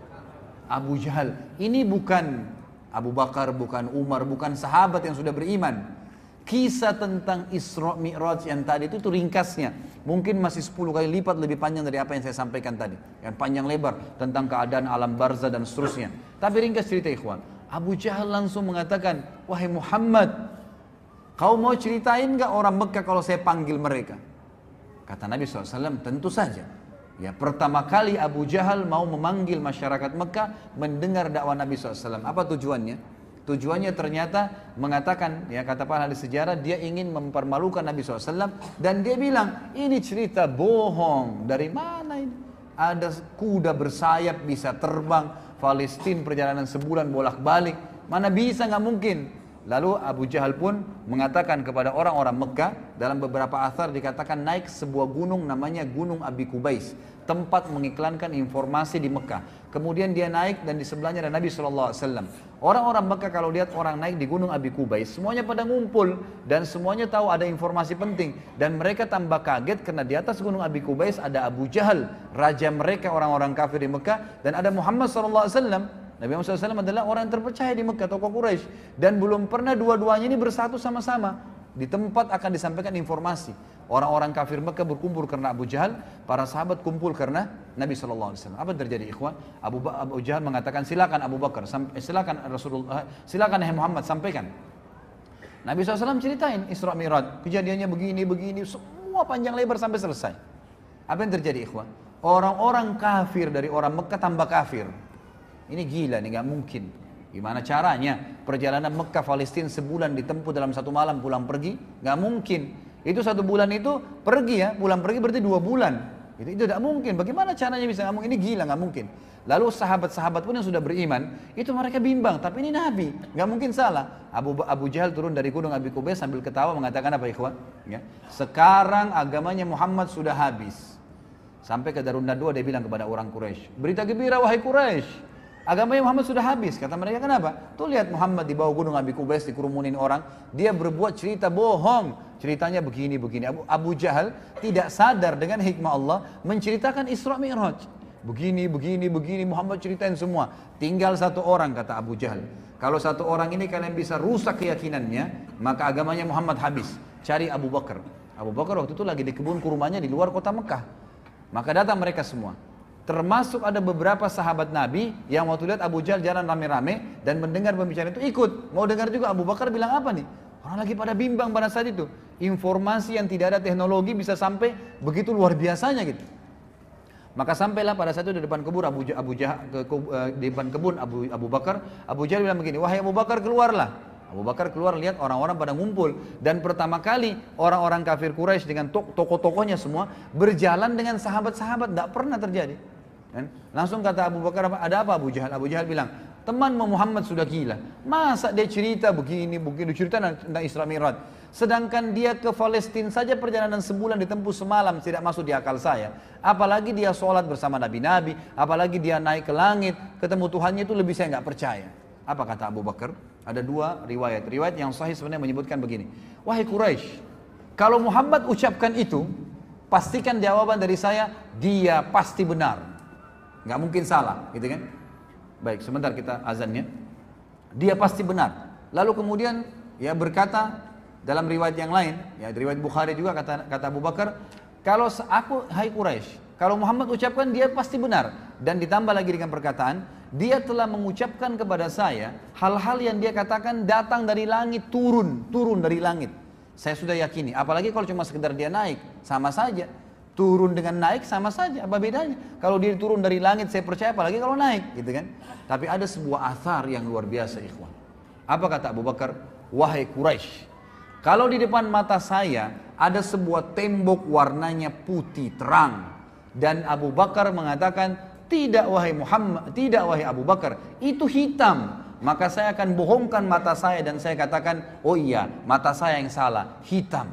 Abu Jahal. Ini bukan Abu Bakar, bukan Umar, bukan sahabat yang sudah beriman. Kisah tentang Isra Mi'raj yang tadi itu, itu ringkasnya. Mungkin masih sepuluh kali lipat lebih panjang dari apa yang saya sampaikan tadi. Yang panjang lebar tentang keadaan alam barzah dan seterusnya. Tapi ringkas cerita ikhwan. Abu Jahal langsung mengatakan, wahai Muhammad, kau mau ceritain gak orang Mekah kalau saya panggil mereka? Kata Nabi shallallahu alaihi wasallam, tentu saja. Ya, pertama kali Abu Jahal mau memanggil masyarakat Mekah mendengar dakwah Nabi shallallahu alaihi wasallam. Apa tujuannya? Tujuannya ternyata mengatakan, ya kata para ahli sejarah, dia ingin mempermalukan Nabi shallallahu alaihi wasallam. Dan dia bilang, ini cerita bohong. Dari mana ini? Ada kuda bersayap bisa terbang, Palestina perjalanan sebulan bolak-balik. Mana bisa, nggak mungkin. Lalu Abu Jahal pun mengatakan kepada orang-orang Mekah, dalam beberapa athar dikatakan naik sebuah gunung namanya Gunung Abi Kubais, tempat mengiklankan informasi di Mekah. Kemudian dia naik dan di sebelahnya ada Nabi shallallahu alaihi wasallam. Orang-orang Mekah kalau lihat orang naik di Gunung Abi Kubais, semuanya pada ngumpul dan semuanya tahu ada informasi penting. Dan mereka tambah kaget karena di atas Gunung Abi Kubais ada Abu Jahal, raja mereka orang-orang kafir di Mekah, dan ada Muhammad shallallahu alaihi wasallam. Nabi Muhammad shallallahu alaihi wasallam adalah orang yang terpercaya di Mekah, tokoh Quraisy, dan belum pernah dua-duanya ini bersatu sama-sama di tempat akan disampaikan informasi. Orang-orang kafir Mekah berkumpul karena Abu Jahal, para sahabat kumpul karena Nabi shallallahu alaihi wasallam. Apa yang terjadi ikhwan? Abu, Abu Jahal mengatakan, silakan Abu Bakar, silakan Rasulullah, silakan Nabi Muhammad sampaikan. Nabi shallallahu alaihi wasallam ceritain Isra Mi'raj, kejadiannya begini begini, semua panjang lebar sampai selesai. Apa yang terjadi ikhwan? Orang-orang kafir dari orang Mekah tambah kafir. Ini gila nih, gak mungkin. Gimana caranya? Perjalanan Mekah Palestina sebulan ditempuh dalam satu malam pulang pergi? Gak mungkin. Itu satu bulan itu pergi ya, pulang pergi berarti dua bulan. Itu, itu tidak mungkin. Bagaimana caranya bisa gak mungkin? Ini gila, gak mungkin. Lalu sahabat-sahabat pun yang sudah beriman, itu mereka bimbang. Tapi ini Nabi, gak mungkin salah. Abu, Abu Jahal turun dari gunung Abi Kubais sambil ketawa mengatakan apa ikhwan? Ya. Sekarang agamanya Muhammad sudah habis. Sampai ke Darun Nadwa dia bilang kepada orang Quraisy, berita gembira wahai Quraisy, agamanya Muhammad sudah habis. Kata mereka, kenapa? Tuh lihat Muhammad di bawah gunung Abi Kubais dikerumunin orang, dia berbuat cerita bohong. Ceritanya begini begini. Abu, Abu Jahal tidak sadar dengan hikmah Allah menceritakan Isra Mi'raj. Begini begini begini Muhammad ceritain semua. Tinggal satu orang, kata Abu Jahal. Kalau satu orang ini kalian bisa rusak keyakinannya, maka agamanya Muhammad habis. Cari Abu Bakar. Abu Bakar waktu itu lagi di kebun kurmanya di luar kota Mekah. Maka datang mereka semua. Termasuk ada beberapa sahabat Nabi yang waktu lihat Abu Jahal jalan rame-rame dan mendengar pembicaraan itu ikut. Mau dengar juga. Abu Bakar bilang apa nih? Orang lagi pada bimbang pada saat itu. Informasi yang tidak ada teknologi bisa sampai begitu luar biasanya gitu. Maka sampailah pada saat itu di depan kebun Abu Abu Jahal, ke, ke, di depan kebun Abu Abu Bakar. Abu Jahal bilang begini, wahai Abu Bakar keluarlah. Abu Bakar keluar lihat orang-orang pada ngumpul. Dan pertama kali orang-orang kafir Quraisy dengan tokoh-tokohnya semua berjalan dengan sahabat-sahabat. Tidak pernah terjadi. Dan langsung kata Abu Bakar, ada apa Abu Jahal? Abu Jahal bilang, teman Muhammad sudah gila. Masa dia cerita begini, begini, cerita tentang Isra Mi'raj. Sedangkan dia ke Palestina saja perjalanan sebulan ditempuh semalam, tidak masuk di akal saya. Apalagi dia sholat bersama Nabi-Nabi, apalagi dia naik ke langit, ketemu Tuhannya, itu lebih saya nggak percaya. Apa kata Abu Bakar? Ada dua riwayat. Riwayat yang sahih sebenarnya menyebutkan begini. Wahai Quraisy, Kalau Muhammad ucapkan itu, pastikan jawaban dari saya, dia pasti benar. Nggak mungkin salah, gitu kan? Baik, sebentar kita azannya. Dia pasti benar. Lalu kemudian ya berkata dalam riwayat yang lain, ya riwayat Bukhari juga kata kata Abu Bakar, kalau aku hai Quraisy, kalau Muhammad ucapkan dia pasti benar. Dan ditambah lagi dengan perkataan, dia telah mengucapkan kepada saya hal-hal yang dia katakan datang dari langit, turun, turun dari langit. Saya sudah yakini, apalagi kalau cuma sekedar dia naik, sama saja. Turun dengan naik sama saja, apa bedanya? Kalau dia turun dari langit saya percaya, apalagi kalau naik, gitu kan? Tapi ada sebuah athar yang luar biasa, ikhwan. Apa kata Abu Bakar? Wahai Quraisy, kalau di depan mata saya ada sebuah tembok warnanya putih terang, dan Abu Bakar mengatakan, tidak wahai Muhammad, tidak wahai Abu Bakar, itu hitam. Maka saya akan bohongkan mata saya dan saya katakan, oh iya, mata saya yang salah, hitam.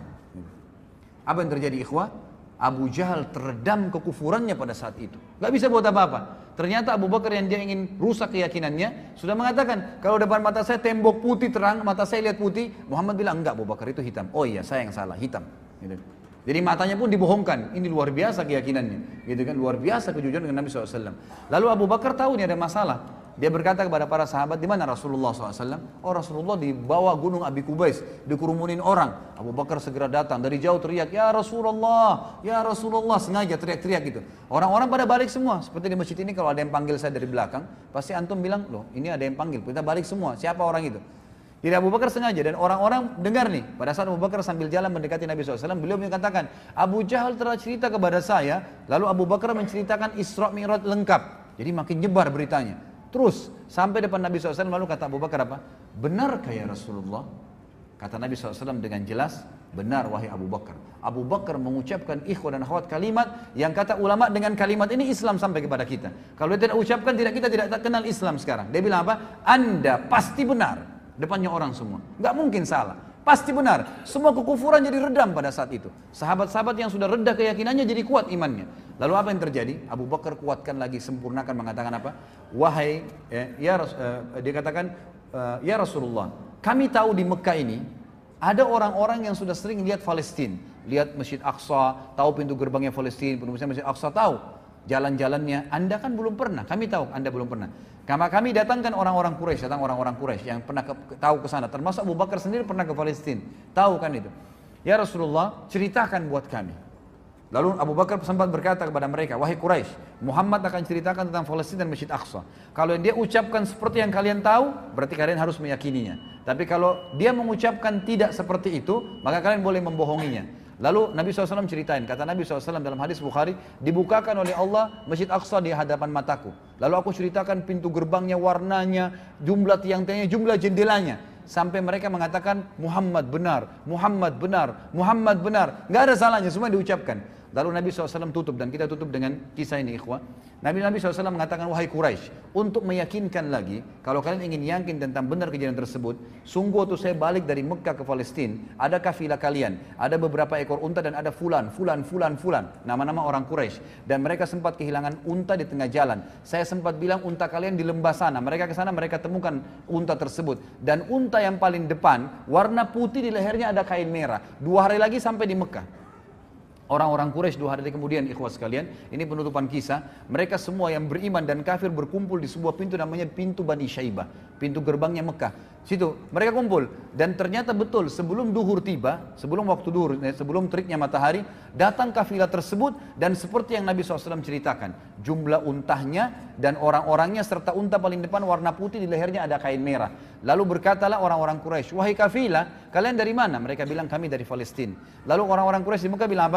Apa yang terjadi, ikhwah? Abu Jahal teredam kekufurannya pada saat itu. Gak bisa buat apa-apa. Ternyata Abu Bakar yang dia ingin rusak keyakinannya, sudah mengatakan, kalau depan mata saya tembok putih terang, mata saya lihat putih. Muhammad bilang, enggak, Abu Bakar itu hitam. Oh iya, saya yang salah, hitam. Gitu. Jadi matanya pun dibohongkan. Ini luar biasa keyakinannya, gitu kan? Luar biasa kejujuran dengan Nabi shallallahu alaihi wasallam. Lalu Abu Bakar tahu ini ada masalah. Dia berkata kepada para sahabat, di mana Rasulullah shallallahu alaihi wasallam? Oh, Rasulullah di bawah gunung Abi Kubais, dikerumunin orang. Abu Bakar segera datang dari jauh teriak, ya Rasulullah, ya Rasulullah, sengaja teriak-teriak gitu. Orang-orang pada balik semua. Seperti di masjid ini kalau ada yang panggil saya dari belakang, pasti antum bilang, loh ini ada yang panggil, kita balik semua. Siapa orang itu? Jadi Abu Bakar sengaja, dan orang-orang dengar nih. Pada saat Abu Bakar sambil jalan mendekati Nabi shallallahu alaihi wasallam, beliau mengatakan, Abu Jahal telah cerita kepada saya. Lalu Abu Bakar menceritakan Isra Mi'raj lengkap. Jadi makin nyebar beritanya. Terus sampai depan Nabi shallallahu alaihi wasallam, lalu kata Abu Bakar apa? Benarkah ya Rasulullah? Kata Nabi shallallahu alaihi wasallam dengan jelas, benar wahai Abu Bakar. Abu Bakar mengucapkan ikhwah dan akhwat kalimat yang kata ulama dengan kalimat ini Islam sampai kepada kita. Kalau dia tidak ucapkan, tidak kita tidak kenal Islam sekarang. Dia bilang apa? Anda pasti benar. Depannya orang semua, nggak mungkin salah, pasti benar. Semua kekufuran jadi redam pada saat itu. Sahabat-sahabat yang sudah reda keyakinannya jadi kuat imannya. Lalu apa yang terjadi? Abu Bakar kuatkan lagi, sempurnakan, mengatakan apa? Wahai, ya, ya uh, dia katakan, uh, ya Rasulullah, kami tahu di Mekah ini ada orang-orang yang sudah sering lihat Palestina, lihat Masjid Aqsa, tahu pintu gerbangnya Palestina, pintu Masjid Aqsa, tahu jalan-jalannya. Anda kan belum pernah, kami tahu Anda belum pernah. Karena kami datangkan orang-orang Quraisy, datang orang-orang Quraisy yang pernah ke, tahu ke sana, termasuk Abu Bakar sendiri pernah ke Palestina, tahu kan itu. Ya Rasulullah, ceritakan buat kami. Lalu Abu Bakar sempat berkata kepada mereka, wahai Quraisy, Muhammad akan ceritakan tentang Palestina dan Masjid Aqsa. Kalau dia ucapkan seperti yang kalian tahu, berarti kalian harus meyakininya. Tapi kalau dia mengucapkan tidak seperti itu, maka kalian boleh membohonginya. Lalu Nabi shallallahu alaihi wasallam ceritain, kata Nabi shallallahu alaihi wasallam dalam hadis Bukhari, dibukakan oleh Allah Masjid Aqsa di hadapan mataku. Lalu aku ceritakan pintu gerbangnya, warnanya, jumlah tiang-tiangnya, jumlah jendelanya. Sampai mereka mengatakan, Muhammad benar, Muhammad benar, Muhammad benar. Gak ada salahnya, semua diucapkan. Lalu Nabi shallallahu alaihi wasallam tutup, dan kita tutup dengan kisah ini, ikhwah. Nabi Nabi shallallahu alaihi wasallam mengatakan, wahai Quraisy, untuk meyakinkan lagi, kalau kalian ingin yakin tentang benar kejadian tersebut, sungguh waktu saya balik dari Mekah ke Palestina, ada kafilah kalian, ada beberapa ekor unta dan ada fulan, fulan, fulan, fulan, nama-nama orang Quraisy, dan mereka sempat kehilangan unta di tengah jalan. Saya sempat bilang unta kalian di lembah sana, mereka ke sana, mereka temukan unta tersebut, dan unta yang paling depan warna putih, di lehernya ada kain merah. Dua hari lagi sampai di Mekah. Orang-orang Quraisy dua hari kemudian, ikhwas sekalian, ini penutupan kisah, mereka semua yang beriman dan kafir berkumpul di sebuah pintu namanya pintu Bani Syaibah, pintu gerbangnya Mekah. Situ mereka kumpul, dan ternyata betul sebelum duhur tiba, sebelum waktu duhur, sebelum teriknya matahari, datang kafilah tersebut, dan seperti yang Nabi shallallahu alaihi wasallam ceritakan, jumlah untahnya dan orang-orangnya serta unta paling depan warna putih, di lehernya ada kain merah. Lalu berkatalah orang-orang Quraisy, wahai kafilah, kalian dari mana? Mereka bilang kami dari Palestina. Lalu orang-orang Quraisy di Mekah bilang apa?